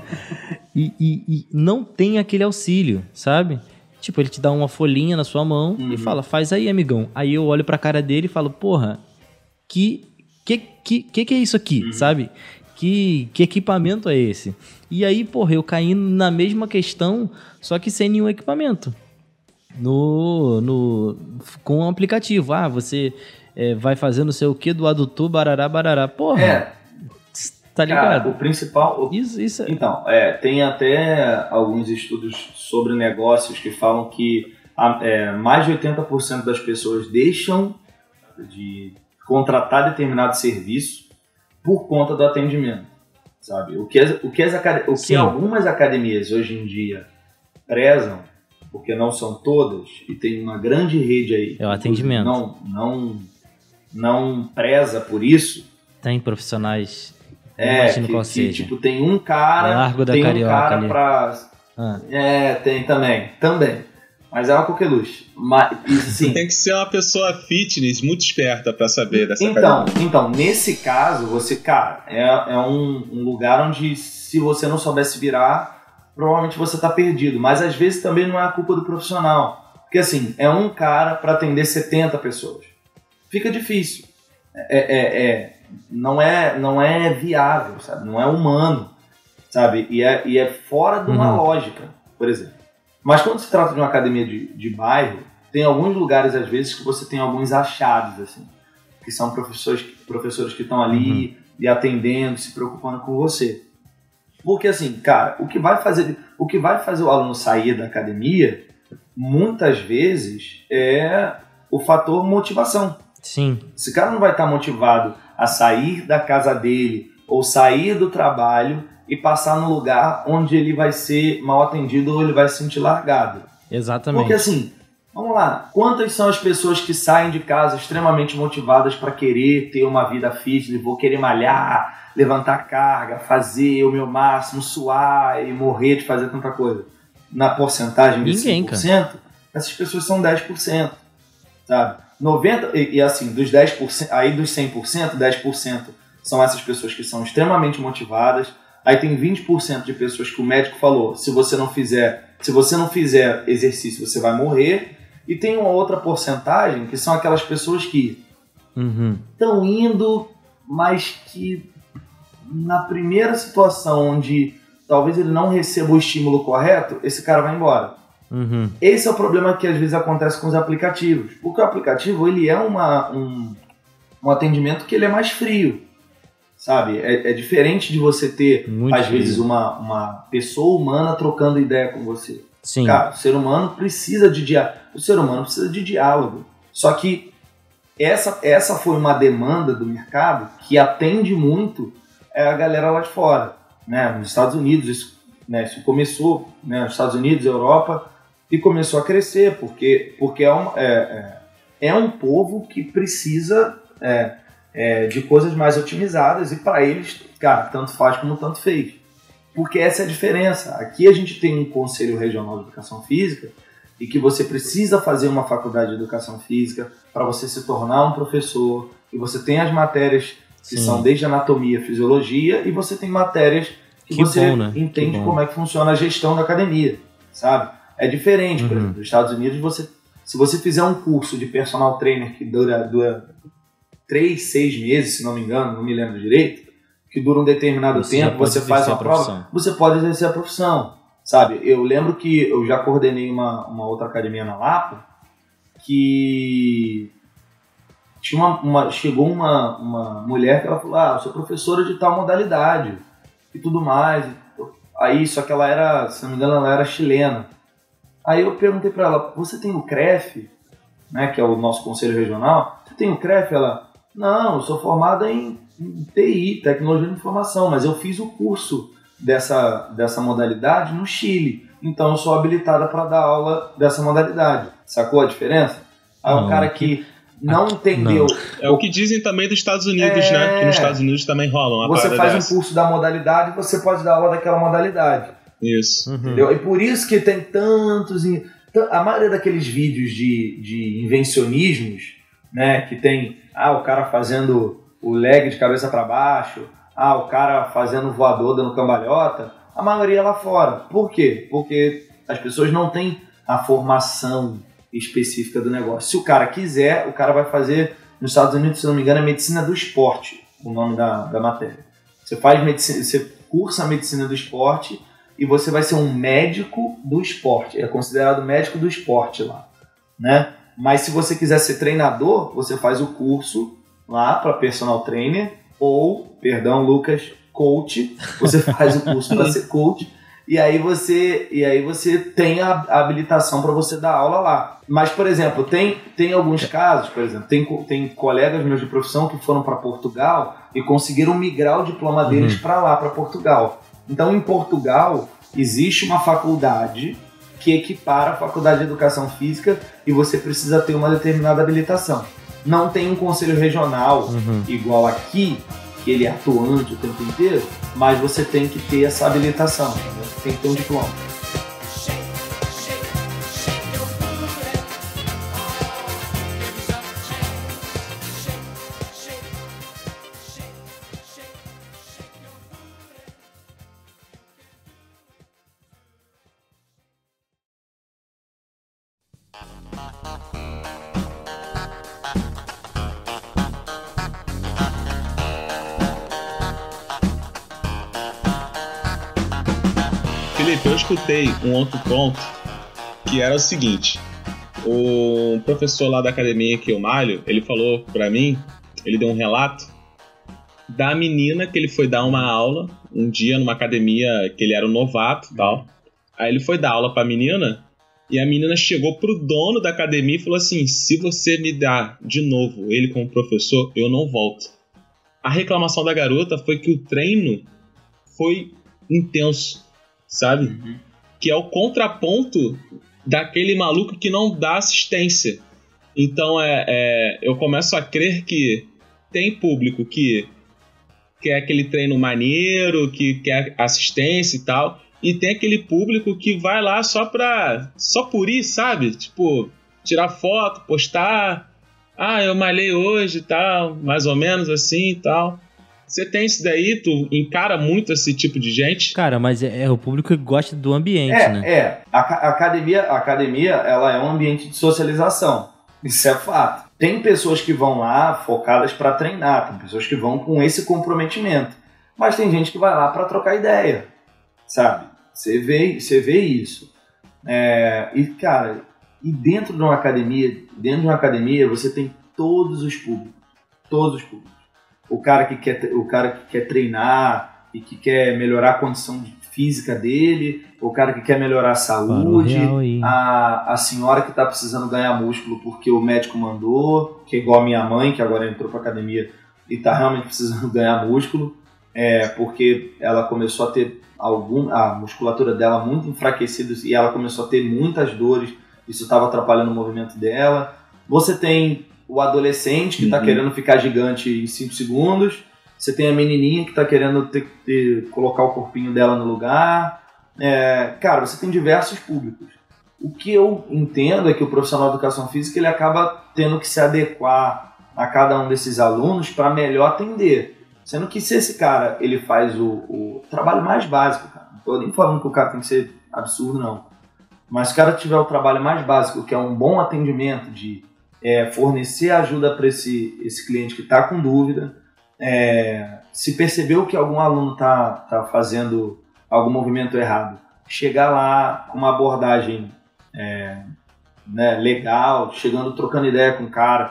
E não tem aquele auxílio, sabe? Tipo, ele te dá uma folhinha na sua mão e fala, faz aí, amigão. Aí eu olho pra cara dele e falo, porra, que é isso aqui, sabe? Que equipamento é esse? E aí, eu caí na mesma questão, só que sem nenhum equipamento. Com o aplicativo. Você vai fazer não sei o que do adutor, barará. Porra, tá ligado? Cara, o principal... Isso é... Então, tem até alguns estudos sobre negócios que falam que mais de 80% das pessoas deixam de contratar determinado serviço por conta do atendimento, sabe? O que algumas academias hoje em dia prezam, porque não são todas, e tem uma grande rede aí. É o atendimento. Não preza por isso. Tem profissionais. Que tipo, tem um cara. Largo da tem Carioca um cara ali. pra. Tem também. Mas é uma coqueluche. Sim. Tem que ser uma pessoa fitness muito esperta pra saber dessa academia. Então, nesse caso, você, cara, é um lugar onde, se você não souber se virar, provavelmente você tá perdido. Mas às vezes também não é a culpa do profissional. Porque assim, é um cara pra atender 70 pessoas. Fica difícil. Não é viável, sabe? Não é humano, sabe? E é fora de uma lógica, por exemplo. Mas quando se trata de uma academia de bairro, tem alguns lugares, às vezes, que você tem alguns achados, assim, que são professores que estão ali e atendendo, se preocupando com você. Porque, assim, cara, o que vai fazer o aluno sair da academia, muitas vezes, é o fator motivação. Sim. Esse cara não vai estar motivado a sair da casa dele ou sair do trabalho e passar no lugar onde ele vai ser mal atendido ou ele vai se sentir largado. Exatamente. Porque assim, vamos lá, quantas são as pessoas que saem de casa extremamente motivadas para querer ter uma vida fitness, vou querer malhar, levantar carga, fazer o meu máximo, suar e morrer de fazer tanta coisa? Na porcentagem de 5%, essas pessoas são 10%, sabe? 90%, e assim, dos 10%, aí dos 100%, 10% são essas pessoas que são extremamente motivadas. Aí tem 20% de pessoas que o médico falou, se você não fizer exercício, você vai morrer. E tem uma outra porcentagem, que são aquelas pessoas que estão indo, mas que na primeira situação onde talvez ele não receba o estímulo correto, esse cara vai embora. Esse é o problema que às vezes acontece com os aplicativos. Porque o aplicativo, ele é um atendimento que ele é mais frio. sabe? É diferente de você ter, às vezes, uma pessoa humana trocando ideia com você. Sim. Cara, o ser humano precisa de diálogo. Só que essa foi uma demanda do mercado que atende muito a galera lá de fora, né? Nos Estados Unidos, isso começou, né? Nos Estados Unidos, Europa, e começou a crescer, porque é um povo que precisa de coisas mais otimizadas, e para eles, cara, tanto faz como tanto fez. Porque essa é a diferença. Aqui a gente tem um Conselho Regional de Educação Física e que você precisa fazer uma faculdade de Educação Física para você se tornar um professor, e você tem as matérias que são desde anatomia, fisiologia, e você tem matérias que você entende como é que funciona a gestão da academia, sabe? É diferente, por exemplo, nos Estados Unidos, se você fizer um curso de personal trainer que dura 3, 6 meses, se não me engano, não me lembro direito, que dura um determinado tempo, você faz uma prova, você pode exercer a profissão, sabe? Eu lembro que eu já coordenei uma outra academia na Lapa, que chegou uma mulher que ela falou, eu sou professora de tal modalidade e tudo mais. Aí, só que ela era, se não me engano, ela era chilena. Aí eu perguntei para ela, você tem o CREF, né, que é o nosso conselho regional? Você tem o CREF? Ela, não, eu sou formada em TI, Tecnologia de Informação, mas eu fiz o curso dessa modalidade no Chile, então eu sou habilitada para dar aula dessa modalidade. Sacou a diferença? Aí o cara que não entendeu... É o que dizem também dos Estados Unidos, né? Que nos Estados Unidos também rolam uma Você faz dessa. Um curso da modalidade e você pode dar aula daquela modalidade. Isso. Entendeu? E por isso que tem tantos... A maioria daqueles vídeos de invencionismos, né? Que tem o cara fazendo o leg de cabeça para baixo, o cara fazendo voador dando cambalhota, a maioria é lá fora. Por quê? Porque as pessoas não têm a formação específica do negócio. Se o cara quiser, o cara vai fazer, nos Estados Unidos, se não me engano, é medicina do esporte, o nome da matéria. Você faz medicina, você cursa a medicina do esporte e você vai ser um médico do esporte. É considerado médico do esporte lá, né? Mas se você quiser ser treinador, você faz o curso lá para personal trainer ou, perdão, Lucas, coach. Você faz o curso para ser coach e aí você tem a habilitação para você dar aula lá. Mas, por exemplo, tem alguns casos, por exemplo, tem colegas meus de profissão que foram para Portugal e conseguiram migrar o diploma deles para lá, para Portugal. Então, em Portugal, existe uma faculdade que equipara a Faculdade de Educação Física e você precisa ter uma determinada habilitação. Não tem um conselho regional igual aqui, que ele é atuante o tempo inteiro, mas você tem que ter essa habilitação, né? Você tem que ter um diploma. Felipe, eu escutei um outro ponto que era o seguinte: o professor lá da academia que eu malho, ele falou pra mim, ele deu um relato da menina que ele foi dar uma aula um dia numa academia que ele era um novato e tal. Aí ele foi dar aula pra menina e a menina chegou pro dono da academia e falou assim: se você me dá de novo ele como professor, eu não volto. A reclamação da garota foi que o treino foi intenso, sabe? Que é o contraponto daquele maluco que não dá assistência. Então eu começo a crer que tem público que quer aquele treino maneiro, que quer assistência e tal, e tem aquele público que vai lá só por ir, sabe? Tipo, tirar foto, postar, eu malhei hoje e tal, mais ou menos assim e tal. Você tem isso daí? Tu encara muito esse tipo de gente? Cara, mas é o público que gosta do ambiente, né? A academia, ela é um ambiente de socialização. Isso é fato. Tem pessoas que vão lá focadas para treinar, tem pessoas que vão com esse comprometimento. Mas tem gente que vai lá para trocar ideia, sabe? Você vê isso. E dentro de uma academia você tem todos os públicos. Todos os públicos. o cara que quer treinar e que quer melhorar a condição física dele, o cara que quer melhorar a saúde, a senhora que está precisando ganhar músculo porque o médico mandou, que é igual a minha mãe, que agora entrou para academia e está realmente precisando ganhar músculo, porque ela começou a ter a musculatura dela muito enfraquecida e ela começou a ter muitas dores, isso estava atrapalhando o movimento dela. Você tem o adolescente que está querendo ficar gigante em 5 segundos, você tem a menininha que está querendo colocar o corpinho dela no lugar. Cara, você tem diversos públicos. O que eu entendo é que o profissional de educação física ele acaba tendo que se adequar a cada um desses alunos para melhor atender. Sendo que se esse cara ele faz o trabalho mais básico, cara, não estou nem falando que o cara tem que ser absurdo, não. Mas se o cara tiver o trabalho mais básico, que é um bom atendimento de fornecer ajuda para esse cliente que está com dúvida, se percebeu que algum aluno está fazendo algum movimento errado, chegar lá com uma abordagem legal, trocando ideia com o cara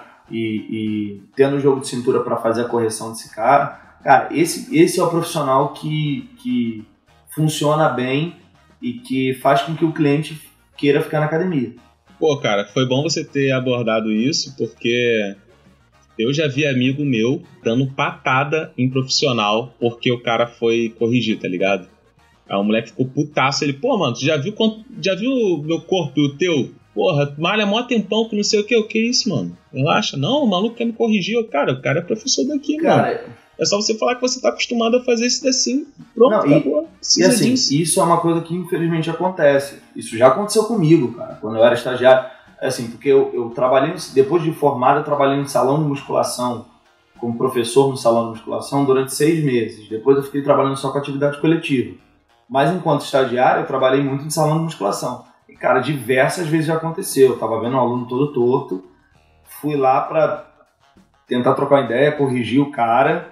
e tendo um jogo de cintura para fazer a correção desse cara, esse é o profissional que funciona bem e que faz com que o cliente queira ficar na academia. Pô, cara, foi bom você ter abordado isso, porque eu já vi amigo meu dando patada em profissional porque o cara foi corrigir, tá ligado? Aí o moleque ficou putaço, ele, pô, mano, tu já viu o meu corpo e o teu? Porra, malha mó tempão que não sei o que isso, mano? Relaxa. Não, o maluco quer me corrigir. O cara é professor daqui, mano. É só você falar que você tá acostumado a fazer isso assim. Pronto, acabou. E assim, isso é uma coisa que infelizmente acontece. Isso já aconteceu comigo, cara, quando eu era estagiário. Assim, porque eu trabalhei, depois de formado, eu trabalhei em salão de musculação, como professor no salão de musculação durante 6 meses. Depois eu fiquei trabalhando só com atividade coletiva. Mas enquanto estagiário, eu trabalhei muito em salão de musculação. E, cara, diversas vezes já aconteceu. Eu tava vendo um aluno todo torto, fui lá pra tentar trocar uma ideia, corrigir o cara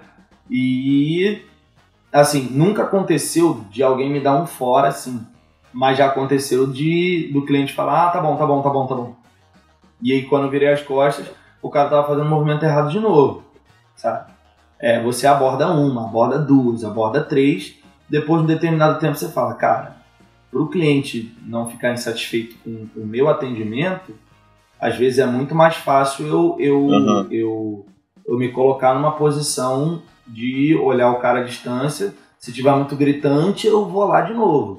e, assim, nunca aconteceu de alguém me dar um fora, assim, mas já aconteceu do cliente falar, tá bom. E aí, quando eu virei as costas, o cara tava fazendo um movimento errado de novo, sabe? Você aborda uma, aborda duas, aborda 3, depois de um determinado tempo você fala, cara, pro cliente não ficar insatisfeito com o meu atendimento, às vezes é muito mais fácil eu me colocar numa posição de olhar o cara à distância. Se tiver muito gritante, eu vou lá de novo,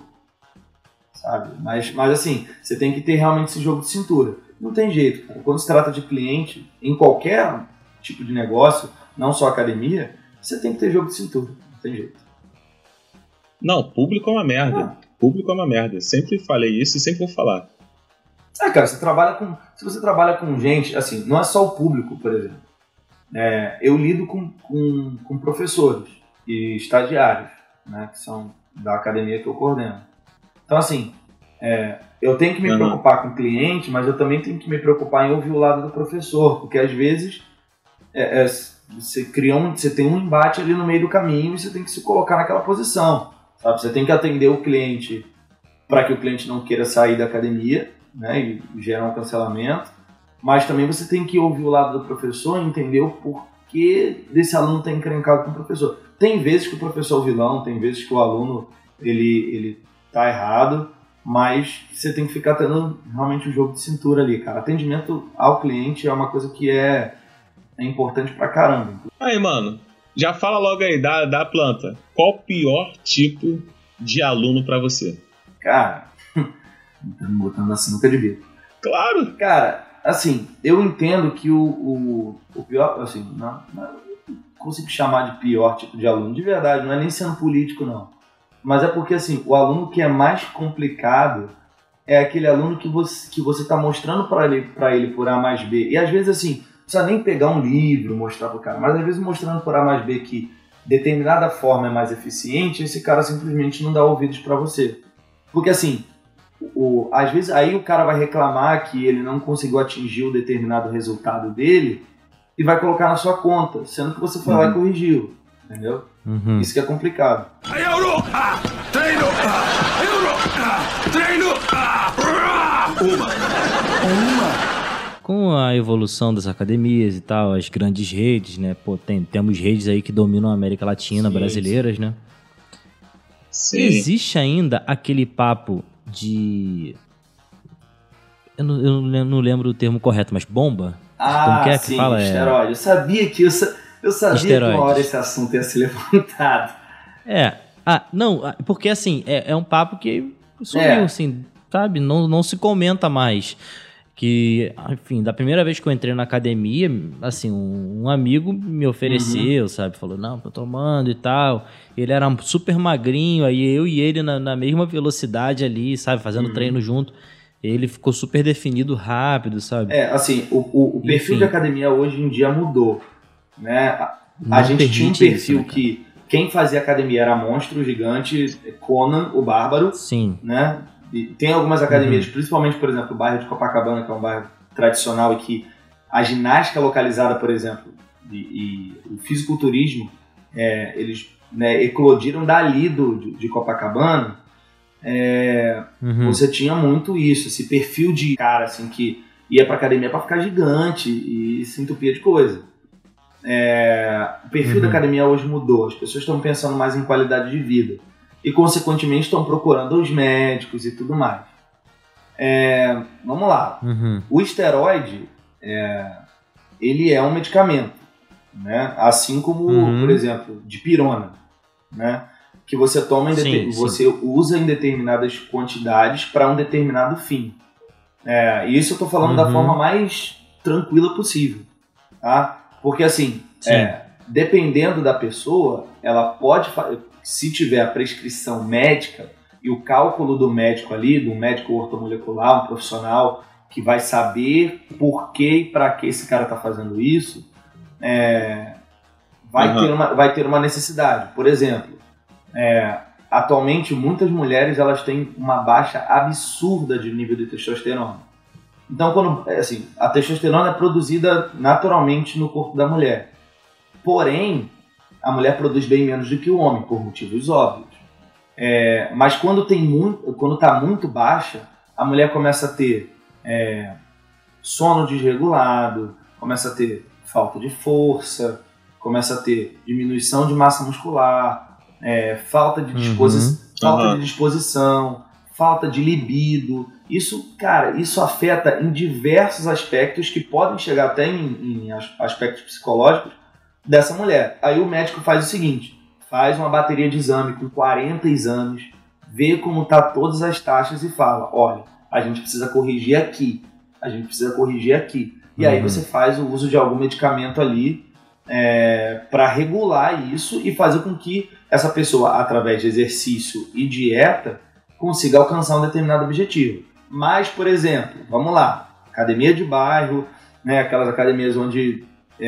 sabe? Mas assim, você tem que ter realmente esse jogo de cintura. Não tem jeito, cara. Quando se trata de cliente, em qualquer tipo de negócio, não só academia, você tem que ter jogo de cintura. Não tem jeito. Não, público é uma merda. Público é uma merda. Sempre falei isso e sempre vou falar. Cara, se você trabalha com gente, assim, não é só o público, por exemplo. Eu lido com professores e estagiários, né, que são da academia que eu coordeno. Então, assim, eu tenho que me preocupar com o cliente, mas eu também tenho que me preocupar em ouvir o lado do professor, porque às vezes você tem um embate ali no meio do caminho e você tem que se colocar naquela posição, sabe? Você tem que atender o cliente para que o cliente não queira sair da academia, né, e gerar um cancelamento, mas também você tem que ouvir o lado do professor e entender o porquê desse aluno estar encrencado com o professor. Tem vezes que o professor é o vilão, tem vezes que o aluno ele tá errado, mas você tem que ficar tendo realmente um jogo de cintura ali, cara. Atendimento ao cliente é uma coisa que é importante pra caramba. Aí, mano, já fala logo aí da planta. Qual o pior tipo de aluno pra você? Cara, tá me botando assim, nunca devia. Claro! Cara, assim, eu entendo que o pior, assim, não consigo chamar de pior tipo de aluno, de verdade, não é nem sendo político, não. Mas é porque, assim, o aluno que é mais complicado é aquele aluno que você tá mostrando pra ele por A mais B. E às vezes, assim, não precisa nem pegar um livro, mostrar pro cara, mas às vezes mostrando por A mais B que determinada forma é mais eficiente, esse cara simplesmente não dá ouvidos pra você. Porque, assim, às vezes aí o cara vai reclamar que ele não conseguiu atingir o determinado resultado dele e vai colocar na sua conta, sendo que você foi lá e corrigiu, entendeu? Isso que é complicado. com a evolução das academias e tal, as grandes redes, né? Pô, temos redes aí que dominam a América Latina, brasileiras, né? Sim. Existe ainda aquele papo de... Eu não lembro o termo correto, mas bomba? Como que é que fala? Esteroide. Eu sabia que uma hora esse assunto ia se levantado. Porque assim, é um papo que sumiu, assim, sabe? Não se comenta mais. Que, enfim, da primeira vez que eu entrei na academia, assim, um amigo me ofereceu, sabe? Falou, não, tô tomando e tal. Ele era super magrinho, aí eu e ele na mesma velocidade ali, sabe? Fazendo treino junto. Ele ficou super definido rápido, sabe? Assim, o perfil de academia hoje em dia mudou, né? A gente tinha um perfil isso, que quem fazia academia era Monstro Gigante, Conan, o Bárbaro. Sim. Né? E tem algumas academias, principalmente, por exemplo, o bairro de Copacabana, que é um bairro tradicional e que a ginástica localizada, por exemplo, e o fisiculturismo, eles eclodiram dali de Copacabana. Você tinha muito isso, esse perfil de cara assim, que ia pra academia pra ficar gigante e se entupia de coisa. O perfil da academia hoje mudou, as pessoas estão pensando mais em qualidade de vida e consequentemente estão procurando os médicos e tudo mais. Vamos lá, o esteroide ele é um medicamento, né? Assim como, por exemplo, dipirona, né? Que você toma você usa em determinadas quantidades para um determinado fim. Isso eu estou falando da forma mais tranquila possível, tá? Porque assim, dependendo da pessoa, ela pode, se tiver a prescrição médica e o cálculo do médico ali, do médico ortomolecular, um profissional que vai saber por que e para que esse cara está fazendo isso, vai ter uma necessidade. Por exemplo, atualmente muitas mulheres elas têm uma baixa absurda de nível de testosterona. Então, a testosterona é produzida naturalmente no corpo da mulher. Porém, a mulher produz bem menos do que o homem, por motivos óbvios. Mas quando está muito baixa, a mulher começa a ter sono desregulado, começa a ter falta de força, começa a ter diminuição de massa muscular, falta de disposição, falta de libido. Isso afeta em diversos aspectos que podem chegar até em aspectos psicológicos dessa mulher. Aí o médico faz o seguinte, faz uma bateria de exame com 40 exames, vê como está todas as taxas e fala, olha, a gente precisa corrigir aqui, E aí você faz o uso de algum medicamento ali para regular isso e fazer com que essa pessoa, através de exercício e dieta, consiga alcançar um determinado objetivo. Mas, por exemplo, vamos lá, academia de bairro, né, aquelas academias onde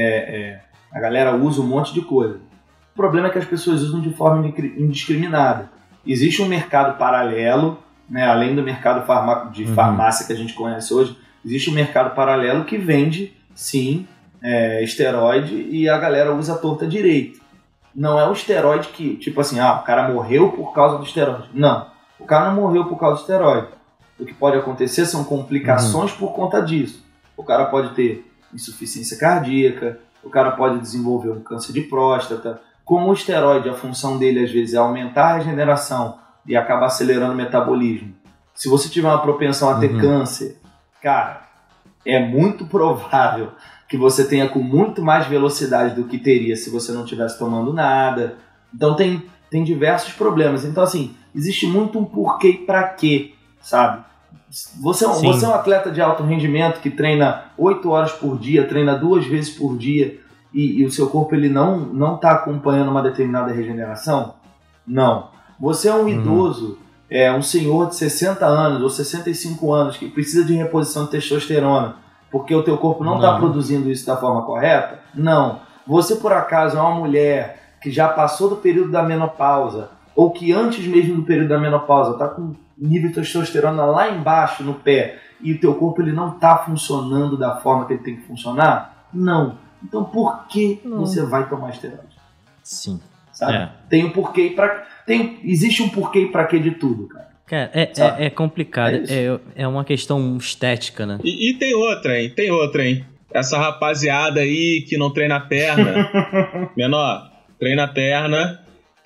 a galera usa um monte de coisa. O problema é que as pessoas usam de forma indiscriminada. Existe um mercado paralelo, né, além do mercado de farmácia que a gente conhece hoje, existe um mercado paralelo que vende, sim, esteroide e a galera usa a torta direito. Não é o esteroide que, tipo assim, o cara morreu por causa do esteroide. Não, o cara não morreu por causa do esteroide. O que pode acontecer são complicações por conta disso. O cara pode ter insuficiência cardíaca, o cara pode desenvolver um câncer de próstata. Como o esteroide, a função dele às vezes é aumentar a regeneração e acaba acelerando o metabolismo. Se você tiver uma propensão a ter câncer, cara, é muito provável que você tenha com muito mais velocidade do que teria se você não estivesse tomando nada. Então tem diversos problemas. Então assim, existe muito um porquê e pra quê, sabe? Você é um atleta de alto rendimento que treina 8 horas por dia, treina 2 vezes por dia e o seu corpo ele não está acompanhando uma determinada regeneração? Não. Você é um idoso, um senhor de 60 anos ou 65 anos que precisa de reposição de testosterona porque o teu corpo não está produzindo isso da forma correta? Não. Você por acaso é uma mulher que já passou do período da menopausa ou que antes mesmo do período da menopausa está com nível de testosterona lá embaixo no pé e o teu corpo ele não está funcionando da forma que ele tem que funcionar? Não. Então por que você vai tomar esteroide? Sim. Sabe? Tem um porquê existe um porquê e pra quê de tudo, cara. Cara, é complicado. É uma questão estética, né? E tem outra, hein? Essa rapaziada aí que não treina a perna. Menor, treina a perna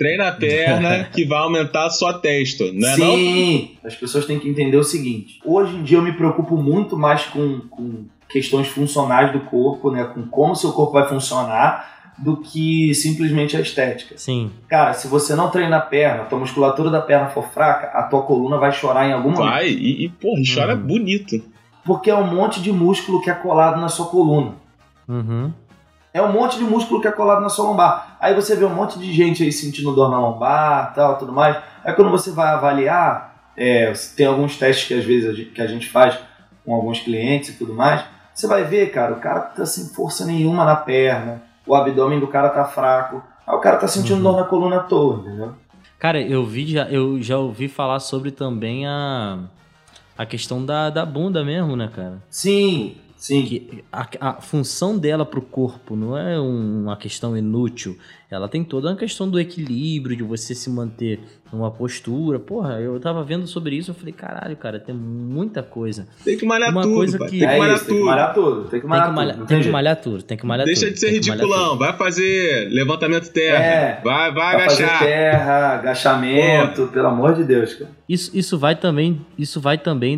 que vai aumentar a sua testa, não é? Sim, as pessoas têm que entender o seguinte. Hoje em dia eu me preocupo muito mais com questões funcionais do corpo, né? Com como seu corpo vai funcionar, do que simplesmente a estética. Sim. Cara, se você não treina a perna, a tua musculatura da perna for fraca, a tua coluna vai chorar em algum momento. Vai, porra, chora bonito. Porque é um monte de músculo que é colado na sua coluna. Uhum. É um monte de músculo que é colado na sua lombar. Aí você vê um monte de gente aí sentindo dor na lombar, tal, tudo mais. Aí quando você vai avaliar, tem alguns testes que às vezes que a gente faz com alguns clientes e tudo mais, você vai ver, cara, o cara tá sem força nenhuma na perna, o abdômen do cara tá fraco, aí o cara tá sentindo dor na coluna toda, entendeu? Cara, eu já ouvi falar sobre também a questão da bunda mesmo, né, cara? Sim. Que a função dela pro corpo não é uma questão inútil. Ela tem toda uma questão do equilíbrio, de você se manter numa postura. Porra, eu tava vendo sobre isso, eu falei, caralho, cara, tem muita coisa. Tem que malhar tudo, coisa pai. que... Tem que malhar tudo. Tem que malhar tudo. Deixa de ser ridiculão, vai fazer levantamento terra, vai agachar. Fazer terra, agachamento, pelo amor de Deus, cara. Isso vai também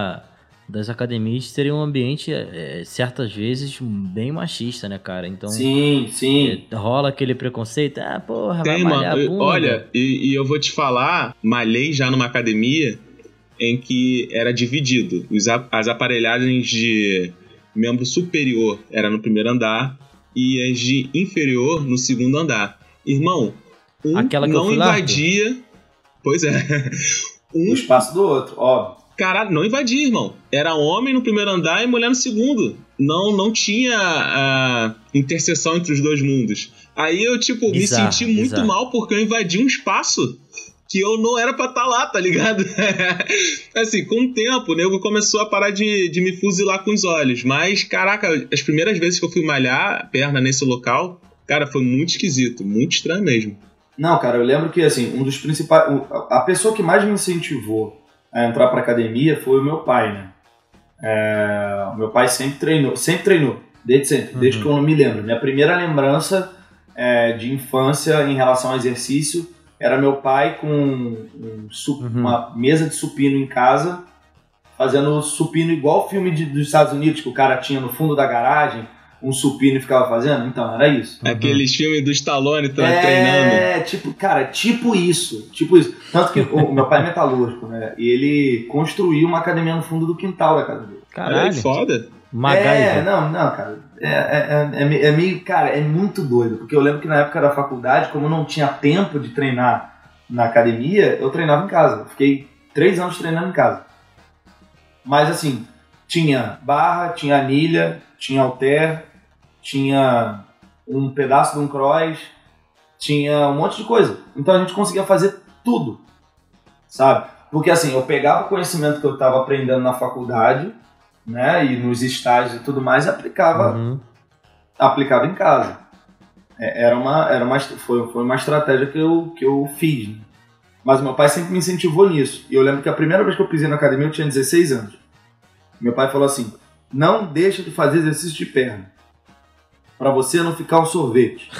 das academias terem um ambiente, certas vezes, bem machista, né, cara? Então, sim. Rola aquele preconceito, porra, vai malhar a bunda. Olha, e eu vou te falar, malhei já numa academia em que era dividido. As aparelhagens de membro superior era no primeiro andar e as de inferior no segundo andar. Irmão, aquela que não invadia... Pois é. O espaço do outro, óbvio. Caralho, não invadia, irmão. Era homem no primeiro andar e mulher no segundo. Não tinha a interseção entre os dois mundos. Aí eu, me senti muito mal porque eu invadi um espaço que eu não era pra estar lá, tá ligado? Assim, com o tempo, o nego começou a parar de me fuzilar com os olhos. Mas, caraca, as primeiras vezes que eu fui malhar a perna nesse local, cara, foi muito esquisito, muito estranho mesmo. Não, cara, eu lembro que, assim, um dos principais... A pessoa que mais me incentivou a entrar pra academia foi o meu pai, né? O meu pai sempre treinou, desde que eu não me lembro. Minha primeira lembrança de infância em relação ao exercício era meu pai com uma mesa de supino em casa, fazendo supino igual o filme dos Estados Unidos, que o cara tinha no fundo da garagem um supino e ficava fazendo. Então, era isso. Aqueles filmes do Stallone treinando. Tipo isso. Tanto que o meu pai é metalúrgico, né? E ele construiu uma academia no fundo do quintal da casa dele. Caralho, foda. Não, cara. É meio, cara, é muito doido. Porque eu lembro que na época da faculdade, como eu não tinha tempo de treinar na academia, eu treinava em casa. Fiquei 3 anos treinando em casa. Mas assim, tinha barra, tinha anilha, tinha halter, tinha um pedaço de um cross, tinha um monte de coisa. Então a gente conseguia fazer tudo, sabe? Porque assim, eu pegava o conhecimento que eu estava aprendendo na faculdade, né, e nos estágios e tudo mais, e aplicava em casa. Foi uma estratégia que eu fiz, né? Mas meu pai sempre me incentivou nisso. E eu lembro que a primeira vez que eu pisei na academia eu tinha 16 anos. Meu pai falou assim: não deixa de fazer exercício de perna, pra você não ficar um sorvete.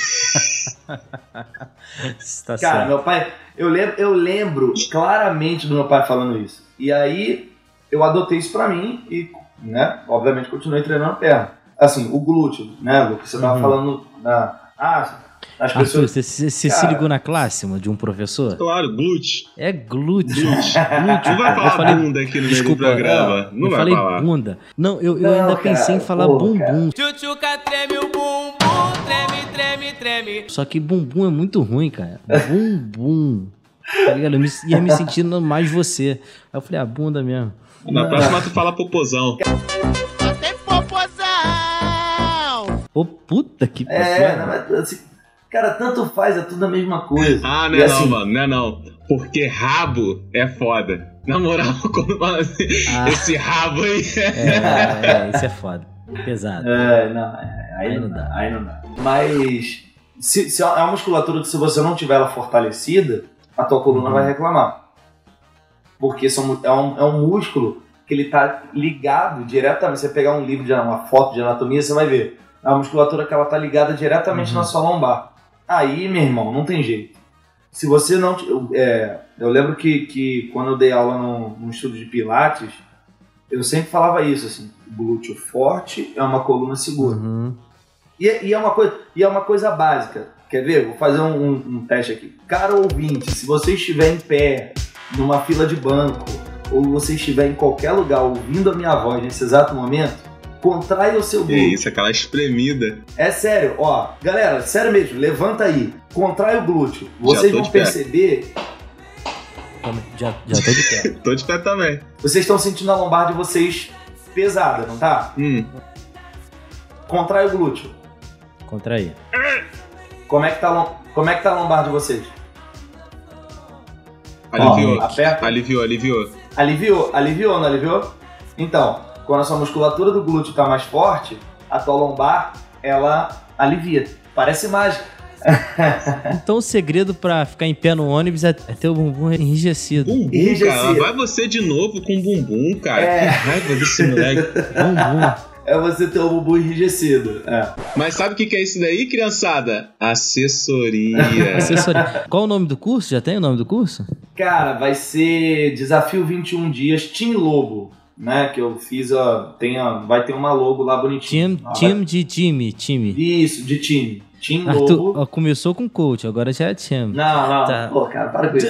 Tá cara, certo. Meu pai, eu lembro claramente do meu pai falando isso. E aí eu adotei isso pra mim e, né, obviamente continuei treinando perna. Assim, o glúteo, né, Lu, que você tava falando as pessoas... Arthur, você se ligou na classe de um professor? Claro, glúteo. É glúteo. Não vai falar bunda aqui no meio do programa. Não vai falei falar. Bunda. Não, eu ainda pensei em falar bumbum. Tchutchuca treme o bumbum, treme. Só que bumbum é muito ruim, cara. Bumbum. Tá ligado? Eu ia me sentindo mais você. Aí eu falei, bunda mesmo. Na próxima tu fala popozão. Tem popozão! Pô, puta que mas assim, cara, tanto faz, é tudo a mesma coisa. Não é não, mano, não é não. Porque rabo é foda. Na moral, quando fala assim, esse rabo aí... Isso é foda. Pesado. Aí não dá. Mas se a musculatura, se você não tiver ela fortalecida, a tua coluna vai reclamar. Porque é um músculo que ele tá ligado diretamente. Você pegar um livro, uma foto de anatomia, você vai ver. É uma musculatura que ela tá ligada diretamente na sua lombar. Aí, meu irmão, não tem jeito. Se você não... eu lembro que quando eu dei aula num estudo de Pilates, eu sempre falava isso, assim, glúteo forte é uma coluna segura. E é uma coisa básica. Quer ver? Vou fazer um teste aqui. Cara ouvinte, se você estiver em pé, numa fila de banco, ou você estiver em qualquer lugar ouvindo a minha voz nesse exato momento, contrai o seu glúteo. Isso, aquela espremida. É sério, ó. Galera, sério mesmo, levanta aí. Contrai o glúteo. Vocês vão perceber... Já tô de pé. Tô de pé também. Vocês estão sentindo a lombar de vocês pesada, não tá? Contrai o glúteo. Contrair. Como é que tá a lombar de vocês? Aliviou. Ó, aperta. Aliviou. Aliviou, não aliviou? Então, quando a sua musculatura do glúteo tá mais forte, a tua lombar, ela alivia. Parece mágica. Então o segredo pra ficar em pé no ônibus é ter o bumbum enrijecido. Bumbum, cara. Vai você de novo com bumbum, cara. Que raiva desse moleque. Bumbum. É você ter o bumbum enrijecido. Mas sabe o que é isso daí, criançada? Assessoria. Qual o nome do curso? Já tem o nome do curso? Cara, vai ser Desafio 21 Dias Team Logo, né? Que eu fiz, vai ter uma logo lá bonitinha. Time. Isso, de time. Team Logo. Começou com coach, agora já é time. Não. Tá. Pô, cara, para com isso.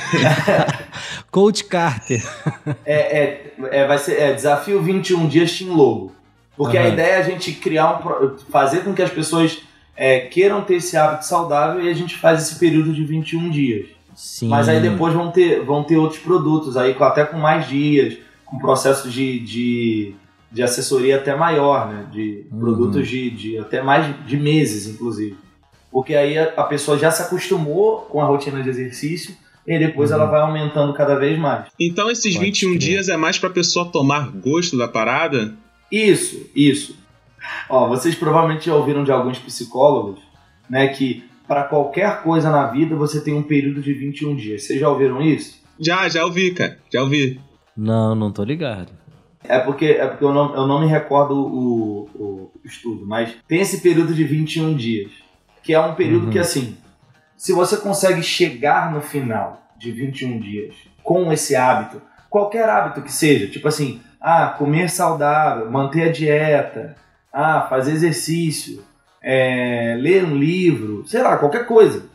Coach Carter. Vai ser Desafio 21 Dias Team Logo. Porque a ideia é a gente fazer com que as pessoas queiram ter esse hábito saudável e a gente faz esse período de 21 dias. Sim. Mas aí depois vão ter outros produtos, aí até com mais dias, com processo de assessoria até maior, né? De produtos de até mais de meses, inclusive. Porque aí a pessoa já se acostumou com a rotina de exercício e depois ela vai aumentando cada vez mais. Então esses 21 dias é mais pra pessoa tomar gosto da parada? Isso. Ó, vocês provavelmente já ouviram de alguns psicólogos, né, que para qualquer coisa na vida você tem um período de 21 dias. Vocês já ouviram isso? Já ouvi, cara. Já ouvi. Não tô ligado. É porque eu não me recordo o estudo, mas tem esse período de 21 dias, que é um período que, assim, se você consegue chegar no final de 21 dias com esse hábito, qualquer hábito que seja, tipo assim, comer saudável, manter a dieta, fazer exercício, ler um livro, sei lá, qualquer coisa.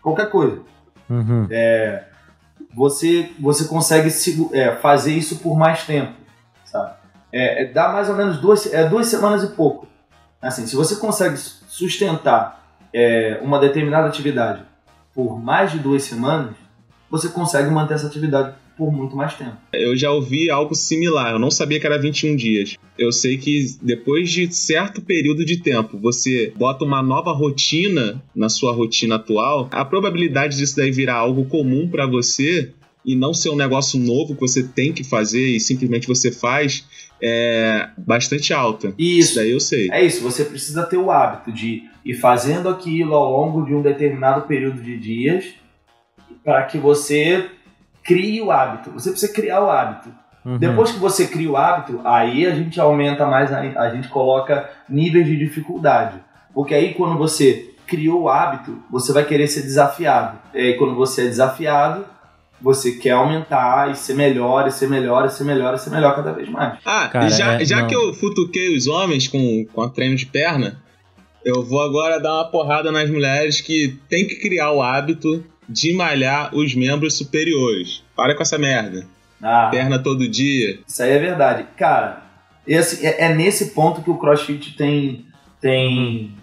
Você consegue fazer isso por mais tempo, sabe? Dá mais ou menos 2 semanas e pouco. Assim, se você consegue sustentar uma determinada atividade por mais de 2 semanas, você consegue manter essa atividade por muito mais tempo. Eu já ouvi algo similar, eu não sabia que era 21 dias. Eu sei que depois de certo período de tempo, você bota uma nova rotina na sua rotina atual, a probabilidade disso daí virar algo comum pra você e não ser um negócio novo que você tem que fazer e simplesmente você faz, é bastante alta. Isso daí eu sei. É isso, você precisa ter o hábito de ir fazendo aquilo ao longo de um determinado período de dias para que você crie o hábito. Você precisa criar o hábito. Depois que você cria o hábito, aí a gente aumenta mais, a gente coloca níveis de dificuldade. Porque aí quando você criou o hábito, você vai querer ser desafiado. E aí quando você é desafiado, você quer aumentar e ser melhor, e ser melhor, e ser melhor, e ser melhor cada vez mais. Cara, já que eu futuquei os homens com a treino de perna, eu vou agora dar uma porrada nas mulheres que tem que criar o hábito de malhar os membros superiores. Para com essa merda. Perna todo dia. Isso aí é verdade. Cara, é nesse ponto que o CrossFit tem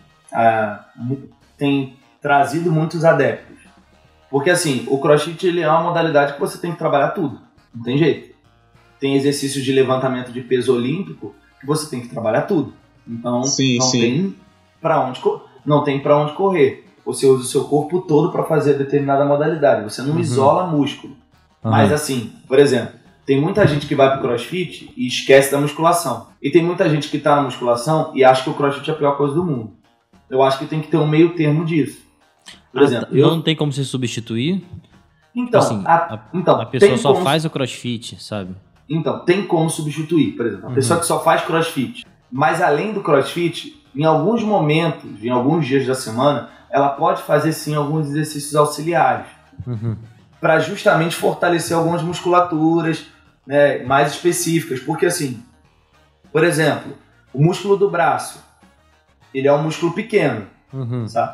trazido muitos adeptos. Porque assim, o CrossFit ele é uma modalidade que você tem que trabalhar tudo. Não tem jeito. Tem exercícios de levantamento de peso olímpico que você tem que trabalhar tudo. Então não tem pra onde correr. Você usa o seu corpo todo para fazer determinada modalidade. Você não isola músculo. Mas assim, por exemplo, tem muita gente que vai pro CrossFit e esquece da musculação. E tem muita gente que tá na musculação e acha que o CrossFit é a pior coisa do mundo. Eu acho que tem que ter um meio termo disso. Por exemplo, não tem como se substituir? Então, Assim, a pessoa só como... faz o crossfit, sabe? Então, tem como substituir, por exemplo, a pessoa que só faz crossfit, mas além do crossfit, em alguns momentos, em alguns dias da semana, ela pode fazer sim alguns exercícios auxiliares, para justamente fortalecer algumas musculaturas, né, mais específicas, porque assim, por exemplo, o músculo do braço, ele é um músculo pequeno, sabe?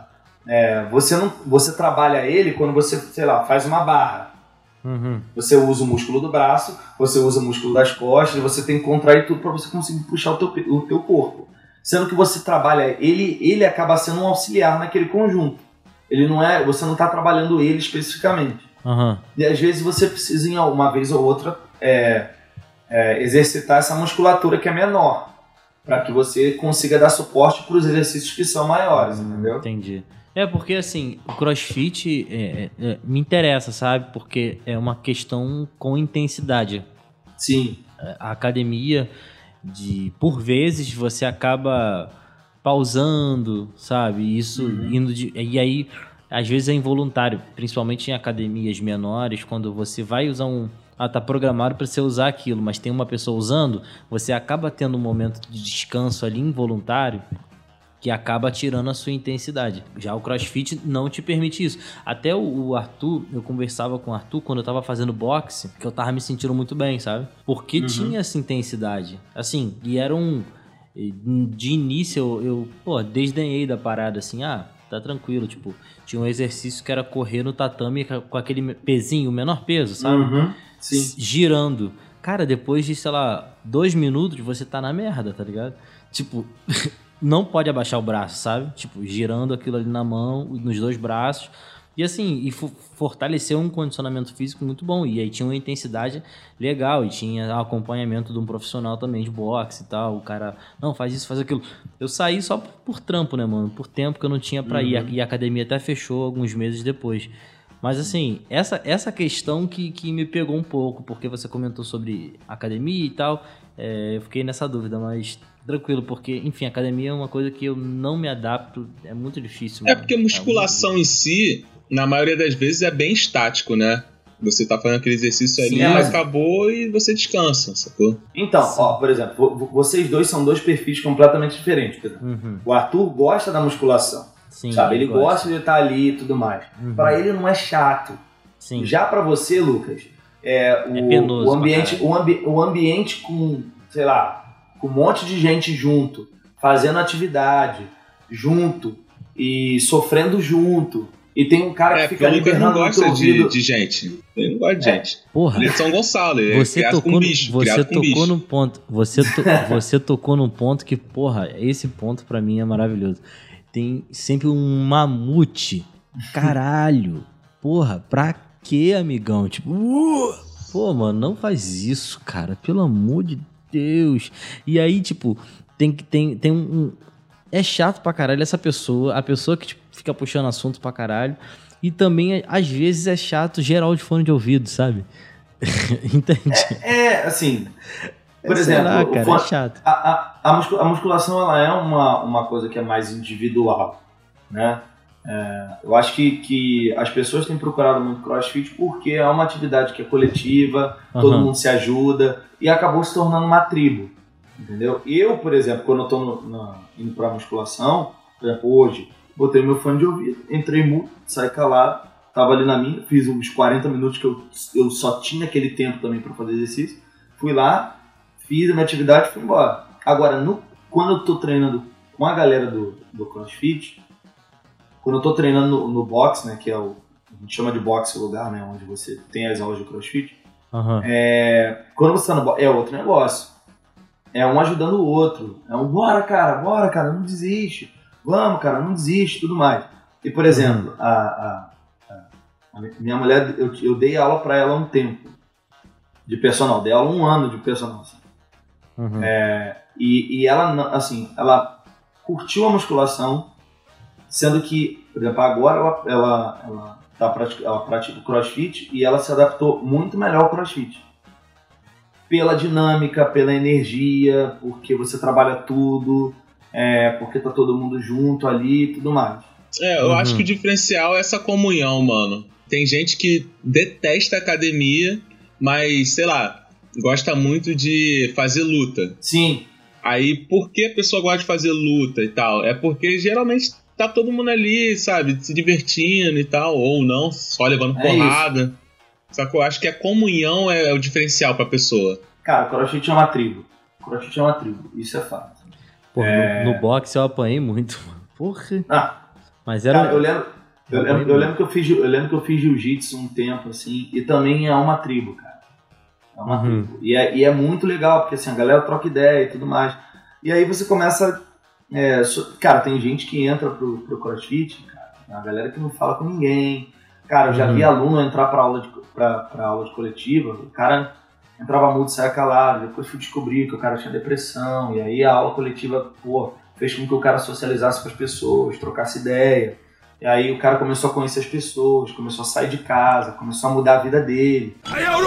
Você trabalha ele quando você, sei lá, faz uma barra. Você usa o músculo do braço, você usa o músculo das costas, você tem que contrair tudo para você conseguir puxar o teu corpo. Sendo que você trabalha ele acaba sendo um auxiliar naquele conjunto. Ele não é, você não está trabalhando ele especificamente. E às vezes você precisa, em uma vez ou outra, exercitar essa musculatura que é menor, para que você consiga dar suporte para os exercícios que são maiores, entendeu? Entendi. Porque assim, o crossfit me interessa, sabe? Porque é uma questão com intensidade. Sim. A academia, por vezes, você acaba pausando, sabe? Isso e aí, às vezes é involuntário, principalmente em academias menores, quando você vai usar tá programado para você usar aquilo, mas tem uma pessoa usando, você acaba tendo um momento de descanso ali involuntário, que acaba tirando a sua intensidade. Já o CrossFit não te permite isso. Até o Arthur, eu conversava com o Arthur quando eu tava fazendo boxe, que eu tava me sentindo muito bem, sabe? Porque tinha essa intensidade. Assim, e era de início, eu desdenhei da parada, assim, tá tranquilo, tipo, tinha um exercício que era correr no tatame com aquele pezinho, o menor peso, sabe? Sim. Girando. Cara, depois de, sei lá, 2 minutos, você tá na merda, tá ligado? Tipo... não pode abaixar o braço, sabe? Tipo, girando aquilo ali na mão, nos 2 braços. E assim, fortaleceu um condicionamento físico muito bom. E aí tinha uma intensidade legal. E tinha acompanhamento de um profissional também de boxe e tal. O cara, não, faz isso, faz aquilo. Eu saí só por trampo, né, mano? Por tempo que eu não tinha pra ir. E a academia até fechou alguns meses depois. Mas assim, essa questão que me pegou um pouco. Porque você comentou sobre academia e tal. Eu fiquei nessa dúvida, mas... tranquilo, porque, enfim, academia é uma coisa que eu não me adapto, é muito difícil. Mano. Porque musculação em si, na maioria das vezes, é bem estático, né? Você tá fazendo aquele exercício ali, acabou e você descansa, sacou? Então, por exemplo, vocês dois são 2 perfis completamente diferentes. Por exemplo. O Arthur gosta da musculação, sim, sabe? Ele gosta de estar ali e tudo mais. Pra ele não é chato. Sim. Já pra você, Lucas, penoso, o ambiente com, sei lá, com um monte de gente junto, fazendo atividade junto e sofrendo junto. E tem um cara que fica ali berrando no teu ouvido. De gente. Ele não gosta de gente. Porra. Ele é de São Gonçalo, ele você é tocou com bicho. Você tocou num ponto. Você tocou num ponto que, porra, esse ponto pra mim é maravilhoso. Tem sempre um mamute. Caralho. Porra, pra quê, amigão? Tipo, pô, mano, não faz isso, cara. Pelo amor de Deus. E aí, tipo, tem um... É chato pra caralho essa pessoa, a pessoa que tipo, fica puxando assunto pra caralho. E também, às vezes, é chato geral de fone de ouvido, sabe? Entende? Assim... Por exemplo, lá, cara, é chato. A musculação, ela é uma coisa que é mais individual, né? Eu acho que as pessoas têm procurado muito CrossFit porque é uma atividade que é coletiva, todo mundo se ajuda e acabou se tornando uma tribo, entendeu? Eu, por exemplo, quando eu tô indo pra musculação, por exemplo, hoje, botei meu fone de ouvido, entrei mudo, saí calado, tava ali na minha, fiz uns 40 minutos que eu só tinha aquele tempo também pra fazer exercício, fui lá, fiz a minha atividade e fui embora. Agora, quando eu tô treinando com a galera do CrossFit, quando eu tô treinando no box, né, que a gente chama de box o lugar, né, onde você tem as aulas de CrossFit, quando você tá no box, é outro negócio. É um ajudando o outro. É um, bora, cara, não desiste. Vamos, cara, não desiste, tudo mais. E, por exemplo, a minha mulher, eu dei aula pra ela há um tempo de personal. Dei aula 1 ano de personal, assim. E ela, assim, ela curtiu a musculação, sendo que, por exemplo, agora ela pratica o CrossFit e ela se adaptou muito melhor ao CrossFit. Pela dinâmica, pela energia, porque você trabalha tudo, porque tá todo mundo junto ali e tudo mais. Eu acho que o diferencial é essa comunhão, mano. Tem gente que detesta academia, mas, sei lá, gosta muito de fazer luta. Sim. Aí, por que a pessoa gosta de fazer luta e tal? É porque geralmente tá todo mundo ali, sabe, se divertindo e tal, ou não, só levando porrada. Sacou? Acho que a comunhão é o diferencial pra pessoa. Cara, o CrossFit é uma tribo. Isso é fato. Pô, no boxe eu apanhei muito, mano. Porra. Mas era... Cara, eu lembro que eu fiz jiu-jitsu um tempo, assim, e também é uma tribo, cara. É uma tribo. E é muito legal, porque assim, a galera troca ideia e tudo mais. E aí você começa... cara, tem gente que entra pro CrossFit, cara, a galera que não fala com ninguém. Cara, eu já vi aluno entrar pra aula de coletiva, o cara entrava muito e saia calado, depois fui descobrir que o cara tinha depressão, e aí a aula coletiva, fez com que o cara socializasse com as pessoas, trocasse ideia. E aí o cara começou a conhecer as pessoas, começou a sair de casa, começou a mudar a vida dele.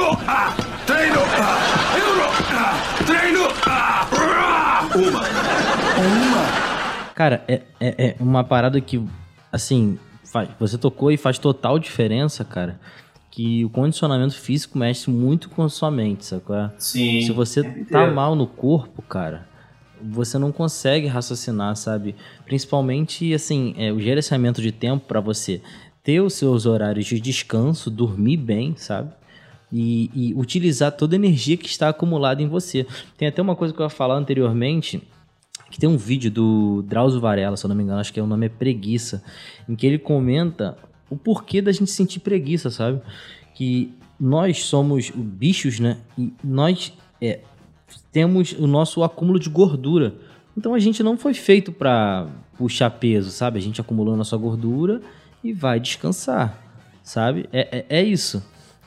Cara, é uma parada que, assim, você tocou e faz total diferença, cara, que o condicionamento físico mexe muito com a sua mente, sacou? Sim. Se você tá mal no corpo, cara, você não consegue raciocinar, sabe? Principalmente, assim, o gerenciamento de tempo pra você ter os seus horários de descanso, dormir bem, sabe? E utilizar toda a energia que está acumulada em você. Tem até uma coisa que eu ia falar anteriormente, que tem um vídeo do Drauzio Varela, se eu não me engano, acho que o nome é Preguiça, em que ele comenta o porquê da gente sentir preguiça, sabe? Que nós somos bichos, né? E nós temos o nosso acúmulo de gordura. Então a gente não foi feito para puxar peso, sabe? A gente acumulou nossa gordura e vai descansar, sabe? É isso.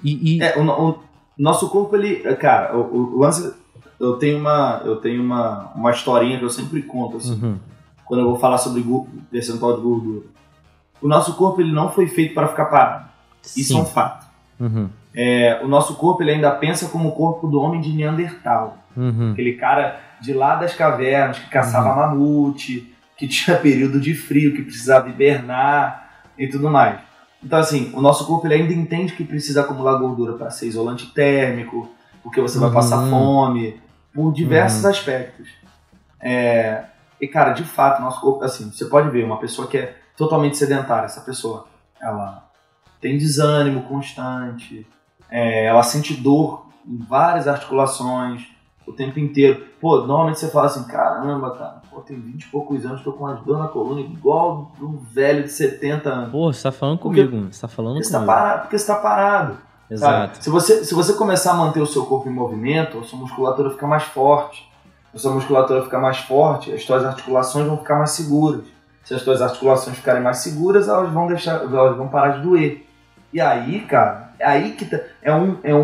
O nosso corpo, ele... Cara, o lance... Eu tenho uma historinha que eu sempre conto, assim, quando eu vou falar sobre percentual de gordura. O nosso corpo, ele não foi feito para ficar parado. Isso é um fato. O nosso corpo, ele ainda pensa como o corpo do homem de Neandertal. Aquele cara de lá das cavernas, que caçava mamute, que tinha período de frio, que precisava hibernar e tudo mais. Então, assim, o nosso corpo, ele ainda entende que precisa acumular gordura para ser isolante térmico, porque você vai passar fome, por diversos aspectos. E, cara, de fato, nosso corpo, assim, você pode ver uma pessoa que é totalmente sedentária, essa pessoa, ela tem desânimo constante, ela sente dor em várias articulações o tempo inteiro. Pô, normalmente você fala assim, caramba, cara, tem 20 e poucos anos, tô com uma dor na coluna igual um velho de 70 anos. Pô, você tá falando comigo, você tá falando comigo. Porque você tá parado. Exato. Sabe? Se você começar a manter o seu corpo em movimento, a sua musculatura fica mais forte. Se a sua musculatura ficar mais forte, as suas articulações vão ficar mais seguras. Se as suas articulações ficarem mais seguras, elas vão parar de doer. E aí, cara, é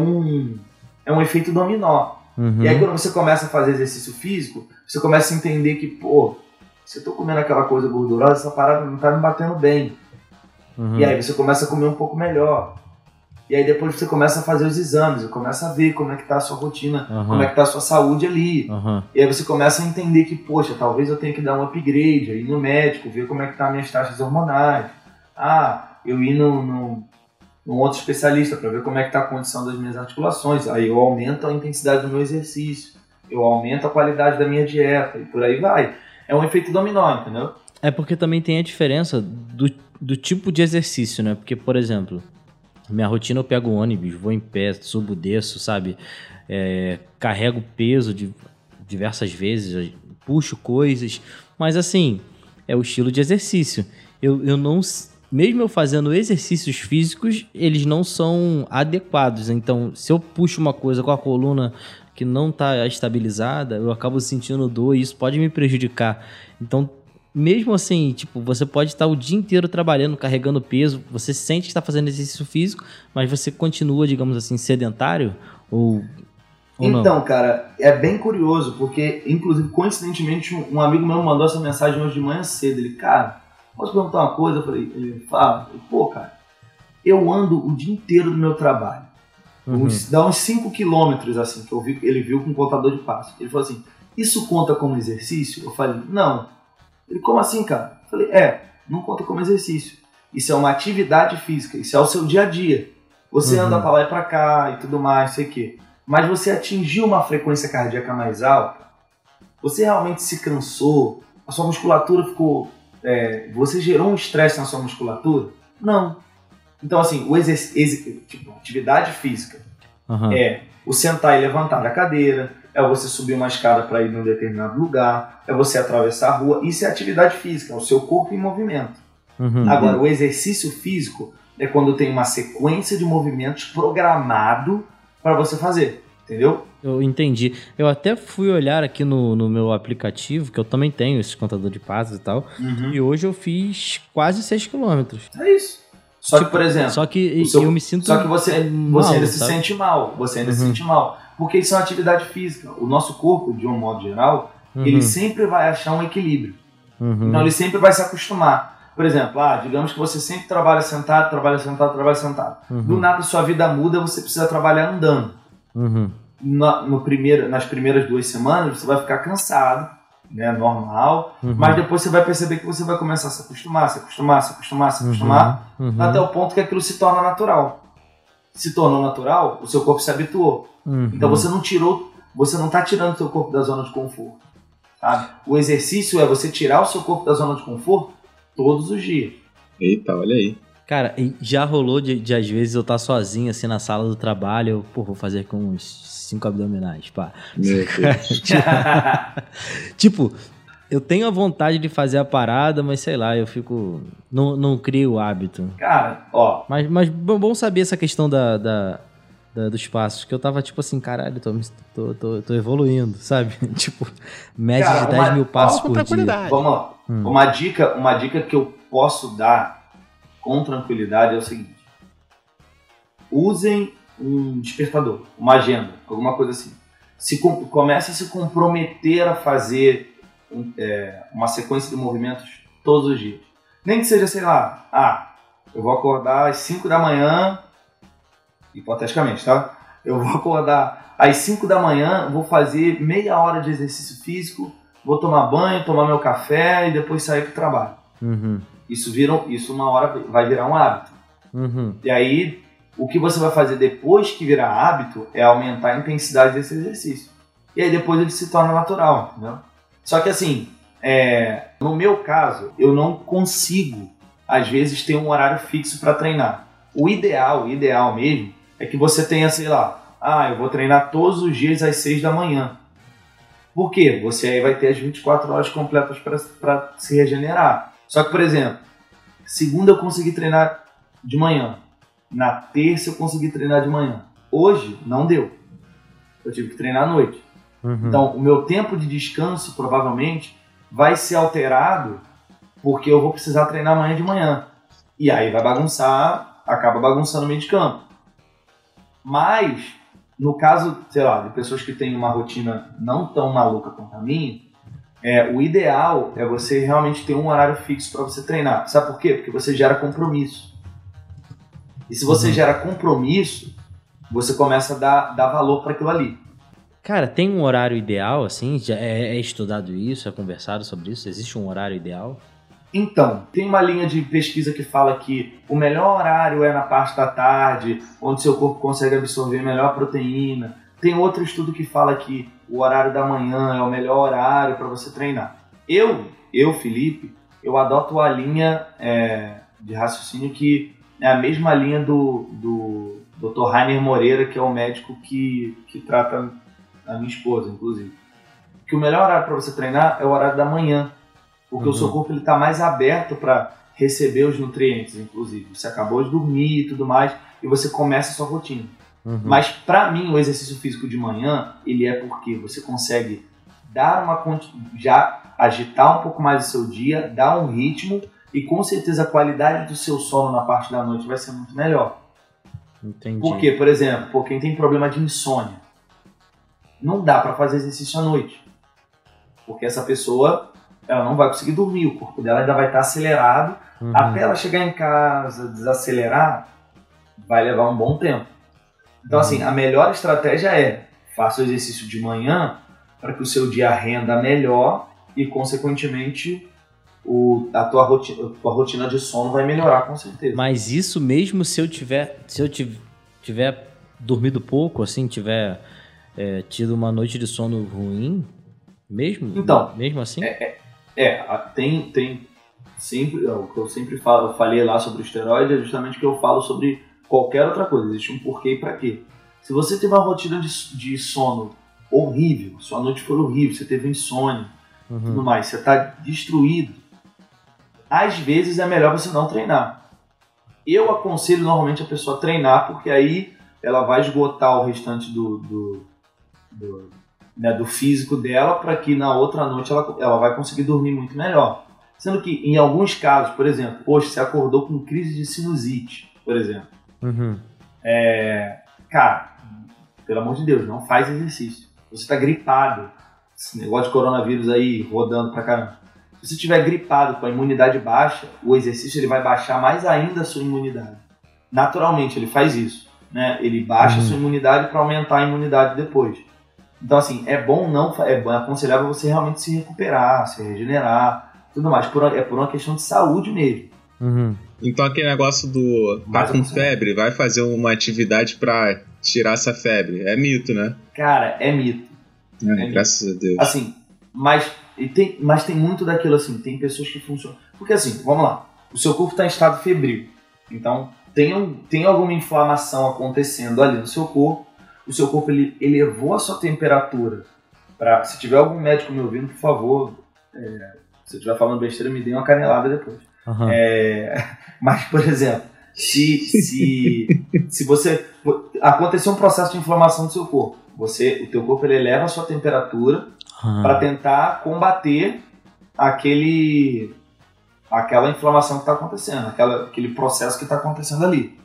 um efeito dominó. E aí quando você começa a fazer exercício físico, você começa a entender que, pô, se eu tô comendo aquela coisa gordurosa, essa parada não tá me batendo bem. E aí você começa a comer um pouco melhor. E aí depois você começa a fazer os exames, você começa a ver como é que tá a sua rotina, como é que tá a sua saúde ali. E aí você começa a entender que, poxa, talvez eu tenha que dar um upgrade, ir no médico, ver como é que tá as minhas taxas hormonais. Eu ir num outro especialista para ver como é que tá a condição das minhas articulações. Aí eu aumento a intensidade do meu exercício, eu aumento a qualidade da minha dieta e por aí vai. É um efeito dominó, entendeu? É porque também tem a diferença do tipo de exercício, né? Porque, por exemplo... Minha rotina, eu pego o ônibus, vou em pé, subo, desço, sabe? Carrego peso diversas vezes, puxo coisas. Mas assim, é o estilo de exercício. Eu não... Mesmo eu fazendo exercícios físicos, eles não são adequados. Então, se eu puxo uma coisa com a coluna que não está estabilizada, eu acabo sentindo dor e isso pode me prejudicar. Então, mesmo assim, tipo, você pode estar o dia inteiro trabalhando, carregando peso, você sente que está fazendo exercício físico, mas você continua, digamos assim, sedentário? Ou então, não? Cara, é bem curioso, porque, inclusive, coincidentemente, um amigo meu mandou essa mensagem hoje de manhã cedo. Ele, cara, posso perguntar uma coisa? Eu falei, ele fala, pô, cara, eu ando o dia inteiro do meu trabalho. Dá uns 5 quilômetros, assim, que ele viu com um contador de passos. Ele falou assim, isso conta como exercício? Eu falei, não. Ele, como assim, cara? Eu falei, não conta como exercício. Isso é uma atividade física, isso é o seu dia a dia. Você anda pra lá e pra cá e tudo mais, sei o quê. Mas você atingiu uma frequência cardíaca mais alta, você realmente se cansou, a sua musculatura ficou... você gerou um estresse na sua musculatura? Não. Então, assim, tipo, atividade física é o sentar e levantar da cadeira, é você subir uma escada para ir num determinado lugar, é você atravessar a rua. Isso é atividade física, é o seu corpo em movimento. Agora, o exercício físico é quando tem uma sequência de movimentos programado para você fazer, entendeu? Eu entendi. Eu até fui olhar aqui no meu aplicativo, que eu também tenho esse contador de passos e tal, e hoje eu fiz quase 6 km. É isso. Só que, por exemplo... eu me sinto Só que você mal, ainda se sabe? sente mal. Você ainda se sente mal. Porque isso é uma atividade física. O nosso corpo, de um modo geral, ele sempre vai achar um equilíbrio. Então ele sempre vai se acostumar. Por exemplo, digamos que você sempre trabalha sentado. Do nada sua vida muda, você precisa trabalhar andando. Nas primeiras 2 semanas você vai ficar cansado, né, normal, mas depois você vai perceber que você vai começar a se acostumar, até o ponto que aquilo se torna natural. Se tornou natural, o seu corpo se habituou. Então você não está tirando o seu corpo da zona de conforto, sabe? O exercício é você tirar o seu corpo da zona de conforto todos os dias. Eita, olha aí. Cara, já rolou de às vezes eu estar sozinho assim na sala do trabalho, vou fazer com uns 5 abdominais, pá. Meu Deus. Tipo, eu tenho a vontade de fazer a parada, mas sei lá, eu fico... Não crio o hábito. Cara, ó... Mas bom saber essa questão dos passos, que eu tava tipo assim, caralho, tô evoluindo, sabe? Tipo, média de 10 mil passos por dia. Vamos lá. Uma dica que eu posso dar com tranquilidade é o seguinte. Usem um despertador, uma agenda, alguma coisa assim. Comece a se comprometer a fazer uma sequência de movimentos todos os dias. Nem que seja, sei lá, eu vou acordar às 5 da manhã, hipoteticamente, tá? Eu vou acordar às 5 da manhã, vou fazer meia hora de exercício físico, vou tomar banho, tomar meu café e depois sair pro trabalho. Isso uma hora vai virar um hábito. E aí, o que você vai fazer depois que virar hábito é aumentar a intensidade desse exercício. E aí depois ele se torna natural, entendeu? Só que assim, no meu caso, eu não consigo, às vezes, ter um horário fixo para treinar. O ideal mesmo, é que você tenha, sei lá, eu vou treinar todos os dias às 6 da manhã. Por quê? Você aí vai ter as 24 horas completas para se regenerar. Só que, por exemplo, segunda eu consegui treinar de manhã. Na terça eu consegui treinar de manhã. Hoje não deu. Eu tive que treinar à noite. Então o meu tempo de descanso provavelmente vai ser alterado porque eu vou precisar treinar amanhã de manhã. E aí vai bagunçar, acaba bagunçando o meio de campo. Mas, no caso, sei lá, de pessoas que têm uma rotina não tão maluca quanto a minha, o ideal é você realmente ter um horário fixo para você treinar. Sabe por quê? Porque você gera compromisso. E se você gera compromisso, você começa a dar valor para aquilo ali. Cara, tem um horário ideal, assim? Já é estudado isso, é conversado sobre isso? Existe um horário ideal? Então, tem uma linha de pesquisa que fala que o melhor horário é na parte da tarde, onde seu corpo consegue absorver melhor proteína. Tem outro estudo que fala que o horário da manhã é o melhor horário para você treinar. Eu, Felipe, eu adoto a linha de raciocínio que é a mesma linha do Dr. Rainer Moreira, que é o médico que trata a minha esposa, inclusive. Que o melhor horário para você treinar é o horário da manhã, porque o seu corpo está mais aberto para receber os nutrientes, inclusive. Você acabou de dormir e tudo mais, e você começa a sua rotina. Mas para mim o exercício físico de manhã, ele é porque você consegue já agitar um pouco mais o seu dia, dar um ritmo, e com certeza a qualidade do seu sono na parte da noite vai ser muito melhor. Entendi. Porque, por exemplo, quem tem problema de insônia, não dá para fazer exercício à noite. Porque essa pessoa, ela não vai conseguir dormir, o corpo dela ainda vai estar acelerado. Até ela chegar em casa, desacelerar, vai levar um bom tempo. Então, assim, a melhor estratégia é faça o exercício de manhã para que o seu dia renda melhor e, consequentemente, a tua rotina de sono vai melhorar com certeza. Mas isso mesmo se eu tiver dormido pouco, assim, tiver tido uma noite de sono ruim, mesmo? Então, mesmo assim? Tem sempre, o que eu sempre falo, eu falei lá sobre o esteroide, é justamente o que eu falo sobre qualquer outra coisa, existe um porquê e pra quê. Se você tiver uma rotina de sono horrível, sua noite for horrível, você teve insônia, tudo mais, você tá destruído, às vezes é melhor você não treinar. Eu aconselho normalmente a pessoa a treinar, porque aí ela vai esgotar o restante do físico dela, para que na outra noite ela vai conseguir dormir muito melhor. Sendo que em alguns casos, por exemplo, você acordou com crise de sinusite, por exemplo. Cara, pelo amor de Deus, não faz exercício. Você está gripado, esse negócio de coronavírus aí rodando pra caramba. Se você estiver gripado com a imunidade baixa, o exercício ele vai baixar mais ainda a sua imunidade. Naturalmente ele faz isso, né? Ele baixa a sua imunidade para aumentar a imunidade depois. Então assim, é aconselhável você realmente se recuperar, se regenerar, tudo mais. É por uma questão de saúde mesmo. Então aquele negócio do tá com febre, vai fazer uma atividade pra tirar essa febre. É mito, né? Cara, é mito. Graças a Deus. Assim, mas tem muito daquilo assim, tem pessoas que funcionam. Porque assim, vamos lá, o seu corpo está em estado febril. Então, tem alguma inflamação acontecendo ali no seu corpo. O seu corpo ele elevou a sua temperatura. Se tiver algum médico me ouvindo, por favor, se eu estiver falando besteira, me dê uma canelada depois. Mas, por exemplo, se você acontecer um processo de inflamação do seu corpo, o teu corpo ele eleva a sua temperatura para tentar combater aquela inflamação que está acontecendo, aquele processo que está acontecendo ali.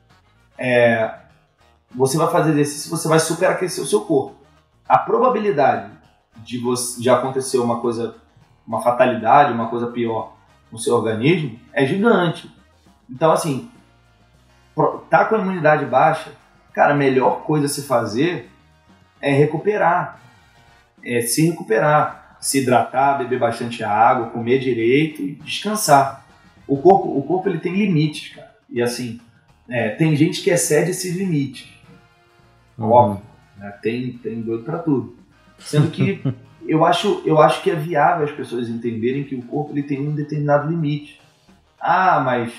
Você vai fazer exercício, você vai superaquecer o seu corpo. A probabilidade de acontecer uma fatalidade, uma coisa pior no seu organismo é gigante. Então, assim, tá com a imunidade baixa, cara, a melhor coisa a se fazer é recuperar. Se recuperar, se hidratar, beber bastante água, comer direito e descansar. O corpo ele tem limites, cara. E assim, tem gente que excede esses limites. Óbvio, né? Tem doido pra tudo. Sendo que eu acho que é viável as pessoas entenderem que o corpo ele tem um determinado limite. Mas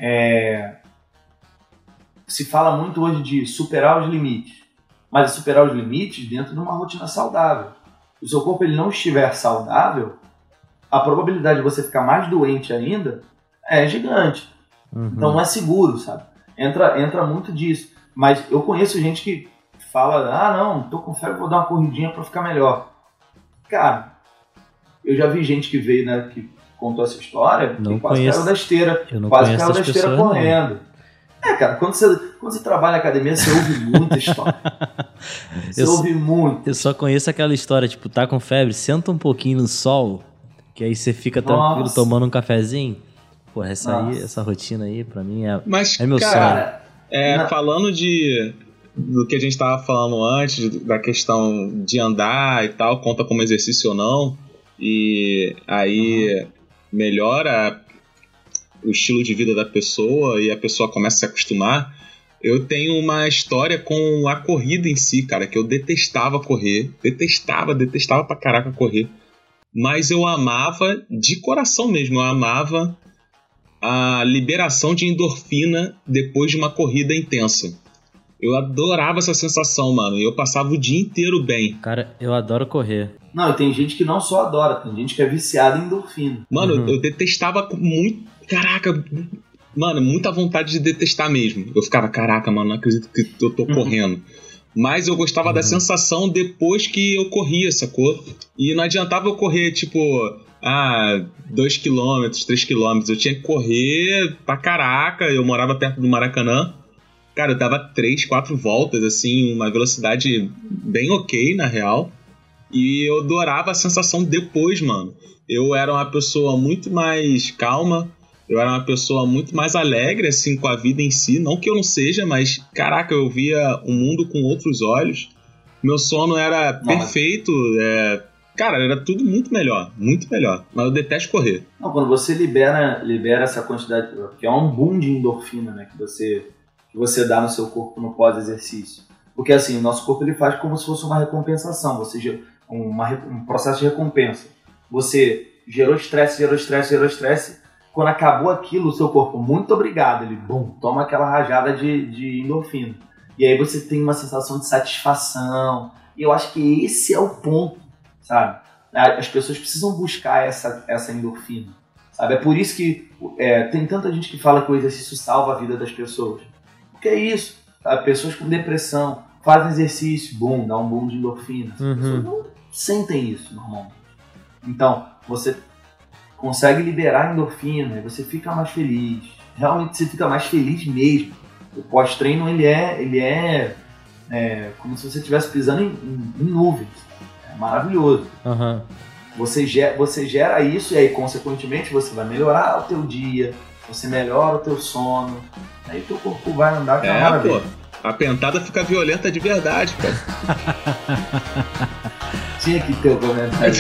se fala muito hoje de superar os limites. Mas é superar os limites dentro de uma rotina saudável. Se o seu corpo ele não estiver saudável, a probabilidade de você ficar mais doente ainda é gigante. Então não é seguro, sabe? Entra muito disso. Mas eu conheço gente que fala, não, tô com febre, vou dar uma corridinha pra ficar melhor. Cara, eu já vi gente que veio, né, que contou essa história, não e quase caiu da esteira. Quase caiu da esteira correndo. Cara, quando você trabalha na academia, você ouve muita história. Você ouve muito. Eu só conheço aquela história, tipo, tá com febre, senta um pouquinho no sol, que aí você fica tranquilo tomando um cafezinho. Pô, essa rotina aí, pra mim, é meu sonho. Falando do que a gente tava falando antes, da questão de andar e tal, conta como exercício ou não, e aí melhora o estilo de vida da pessoa e a pessoa começa a se acostumar. Eu tenho uma história com a corrida em si, cara, que eu detestava correr, detestava pra caraca correr, mas eu amava de coração mesmo, eu amava a liberação de endorfina depois de uma corrida intensa. Eu adorava essa sensação, mano, e eu passava o dia inteiro bem. Cara, eu adoro correr. Não, tem gente que não só adora, tem gente que é viciada em endorfina. Mano, eu detestava muito, caraca, mano, muita vontade de detestar mesmo. Eu ficava, caraca, mano, não acredito que eu tô correndo. Mas eu gostava da sensação depois que eu corria, sacou? E não adiantava eu correr, tipo, 2 km, 3 km. Eu tinha que correr pra caraca, eu morava perto do Maracanã. Cara, eu dava 3, 4 voltas, assim, uma velocidade bem ok, na real. E eu adorava a sensação depois, mano. Eu era uma pessoa muito mais calma, eu era uma pessoa muito mais alegre, assim, com a vida em si. Não que eu não seja, mas, caraca, eu via o mundo com outros olhos. Meu sono era perfeito, Cara, era tudo muito melhor. Muito melhor. Mas eu detesto correr. Não, quando você libera essa quantidade, que é um boom de endorfina, né, que você dá no seu corpo no pós-exercício. Porque assim, o nosso corpo ele faz como se fosse uma recompensação, um processo de recompensa. Você gerou estresse, quando acabou aquilo, o seu corpo, muito obrigado, ele, toma aquela rajada de endorfina. E aí você tem uma sensação de satisfação. E eu acho que esse é o ponto, sabe? As pessoas precisam buscar essa endorfina, sabe? É por isso que tem tanta gente que fala que o exercício salva a vida das pessoas. Porque é isso, sabe? Pessoas com depressão fazem exercício, dá um boom de endorfina. As pessoas não sentem isso normalmente. Então, você consegue liberar endorfina e você fica mais feliz. Realmente você fica mais feliz mesmo. O pós-treino ele é como se você estivesse pisando em nuvens. É maravilhoso. Você gera isso e aí, consequentemente, você vai melhorar o teu dia, você melhora o teu sono, aí teu corpo vai andar com a maravilha. Pô, a pentada fica violenta de verdade, cara. Tinha que ter o comentário.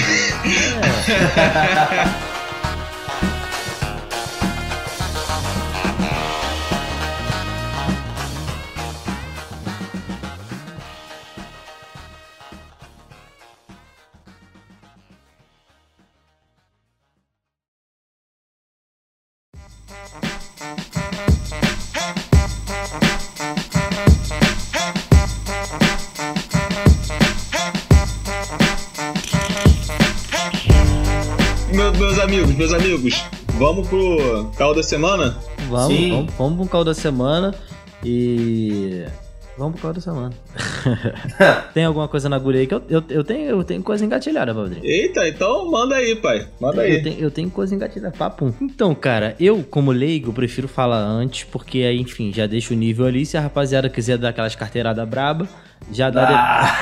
Meus amigos, vamos pro caô da semana? Vamos pro caô da semana e... Vamos pro caô da semana. Tem alguma coisa na agulha aí que eu tenho coisa engatilhada, Valdrinho. Eita, então manda aí, pai. Manda aí. Eu tenho coisa engatilhada, papo. Então, cara, eu, como leigo, prefiro falar antes, porque aí, enfim, já deixa o nível ali. Se a rapaziada quiser dar aquelas carteiradas braba, já dá...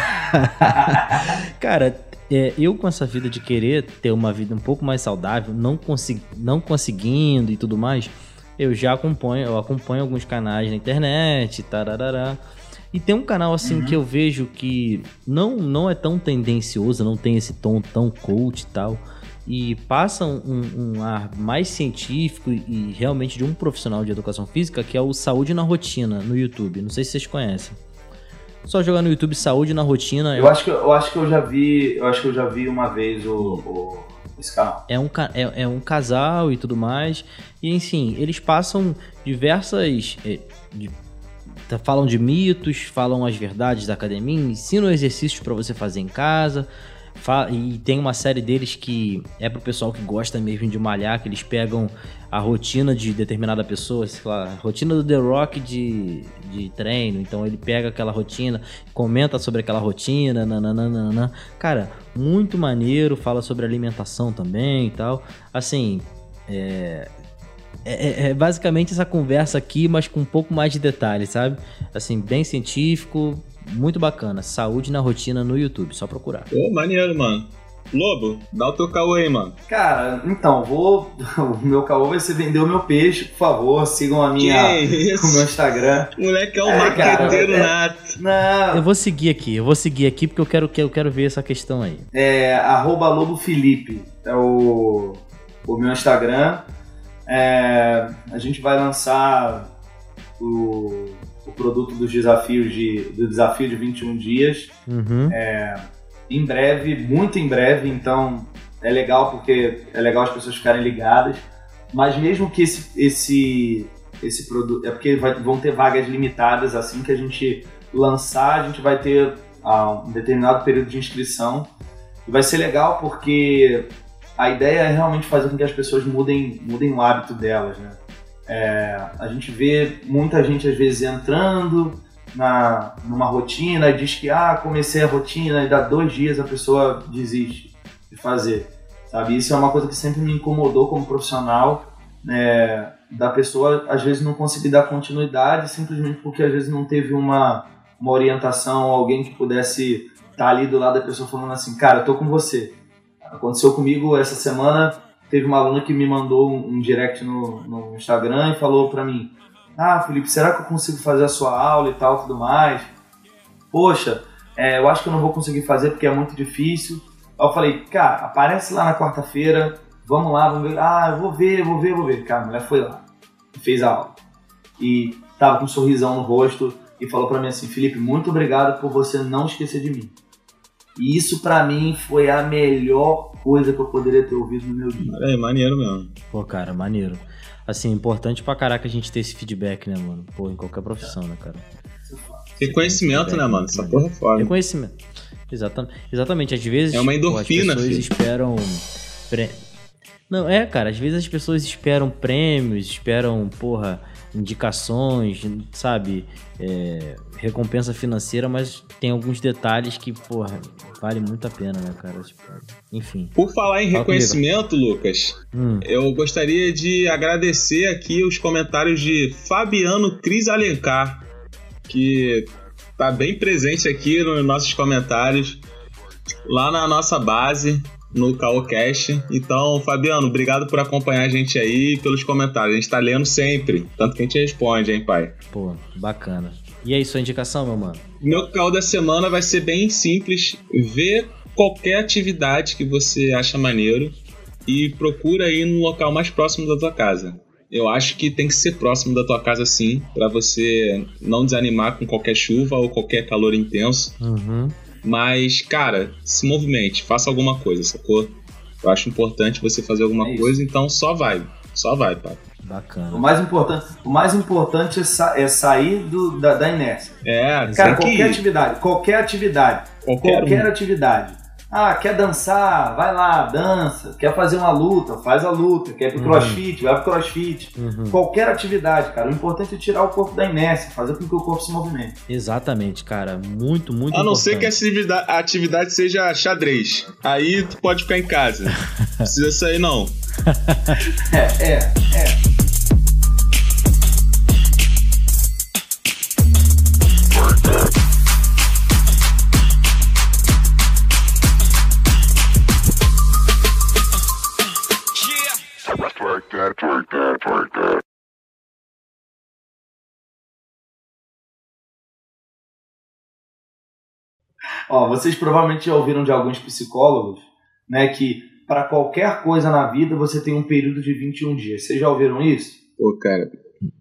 Cara... eu com essa vida de querer ter uma vida um pouco mais saudável, não conseguindo e tudo mais, eu acompanho alguns canais na internet, tararará. E tem um canal assim que eu vejo que não é tão tendencioso, não tem esse tom tão coach e tal, e passa um ar mais científico e realmente de um profissional de educação física, que é o Saúde na Rotina, no YouTube. Não sei se vocês conhecem. Só jogar no YouTube Saúde na Rotina. Eu acho que eu já vi uma vez esse canal. É um casal e tudo mais. E enfim, eles passam diversas... falam de mitos, falam as verdades da academia, ensinam exercícios para você fazer em casa. E tem uma série deles que é pro pessoal que gosta mesmo de malhar, que eles pegam a rotina de determinada pessoa, sei lá, a rotina do The Rock de treino. Então ele pega aquela rotina, comenta sobre aquela rotina, nananana. Cara, muito maneiro, fala sobre alimentação também e tal. Assim, é basicamente essa conversa aqui, mas com um pouco mais de detalhes, sabe? Assim, bem científico, muito bacana. Saúde na Rotina no YouTube, só procurar. Pô, maneiro, mano. Lobo, dá o teu caô aí, mano. Cara, então, o meu caô vai ser vender o meu peixe, por favor, sigam o meu Instagram. O moleque é um marqueteiro nato. Não. Eu vou seguir aqui porque eu quero ver essa questão aí. @lobofelipe é o meu Instagram. A gente vai lançar o produto do desafio de 21 dias. Em breve, muito em breve, então é legal porque é legal as pessoas ficarem ligadas, mas mesmo que esse produto, é porque vão ter vagas limitadas, assim que a gente lançar, a gente vai ter um determinado período de inscrição, e vai ser legal porque a ideia é realmente fazer com que as pessoas mudem o hábito delas, né? A gente vê muita gente às vezes entrando numa rotina e diz que comecei a rotina e dá 2 dias a pessoa desiste de fazer, sabe? Isso é uma coisa que sempre me incomodou como profissional, da pessoa às vezes não conseguir dar continuidade simplesmente porque às vezes não teve uma orientação, alguém que pudesse estar ali do lado da pessoa falando assim, cara, eu tô com você. Aconteceu comigo essa semana, teve uma aluna que me mandou um direct no Instagram e falou pra mim, Felipe, será que eu consigo fazer a sua aula e tal, tudo mais? Poxa, eu acho que eu não vou conseguir fazer porque é muito difícil, Aí eu falei, cara, aparece lá na quarta-feira, vamos lá, vamos ver. Ah, eu vou ver. Cara, a mulher foi lá, fez a aula. E tava com um sorrisão no rosto e falou pra mim assim, Felipe, muito obrigado por você não esquecer de mim. E isso pra mim foi a melhor coisa que eu poderia ter ouvido no meu dia. É, maneiro mesmo. Pô, cara, maneiro. Assim, importante pra caraca a gente ter esse feedback, né, mano? Pô, em qualquer profissão, né, cara? Reconhecimento, né, mano? Essa porra é foda. Reconhecimento. Exatamente. Às vezes, é uma endorfina, as pessoas esperam... Não, cara, às vezes as pessoas esperam prêmios, esperam, indicações, sabe? Recompensa financeira, mas tem alguns detalhes que, vale muito a pena, né, cara? Enfim. Por falar em reconhecimento, Lucas, eu gostaria de agradecer aqui os comentários de Fabiano Cris Alencar, que tá bem presente aqui nos nossos comentários, lá na nossa base, no CaoCast. Então, Fabiano, obrigado por acompanhar a gente aí, pelos comentários. A gente tá lendo sempre, tanto que a gente responde, hein, pai? Pô, bacana. E aí, sua indicação, meu mano? Meu caô da semana vai ser bem simples. Vê qualquer atividade que você acha maneiro e procura ir no local mais próximo da tua casa. Eu acho que tem que ser próximo da tua casa, sim, pra você não desanimar com qualquer chuva ou qualquer calor intenso. Mas, cara, se movimente, faça alguma coisa, sacou? Eu acho importante você fazer alguma coisa, então só vai, pai. Bacana. O mais importante é sair da inércia. Cara, qualquer atividade. Ah, quer dançar? Vai lá, dança. Quer fazer uma luta? Faz a luta. Quer ir pro crossfit? Vai pro crossfit. Qualquer atividade, cara. O importante é tirar o corpo da inércia, fazer com que o corpo se movimente. Exatamente, cara. Muito, muito importante. A não ser que a atividade seja xadrez. Aí tu pode ficar em casa. Não precisa sair, não. É. Vocês provavelmente já ouviram de alguns psicólogos, né, que para qualquer coisa na vida você tem um período de 21 dias. Vocês já ouviram isso? Pô, cara...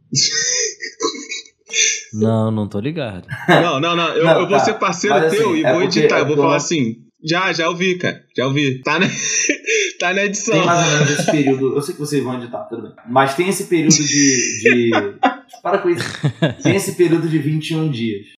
Não tô ligado. Não. Eu vou ser parceiro teu e vou editar. Eu vou falar assim... Já ouvi, cara. Já ouvi. Tá na edição. Tem mais ou menos esse período. Eu sei que vocês vão editar, tudo bem. Mas tem esse período de... Para com isso. Tem esse período de 21 dias.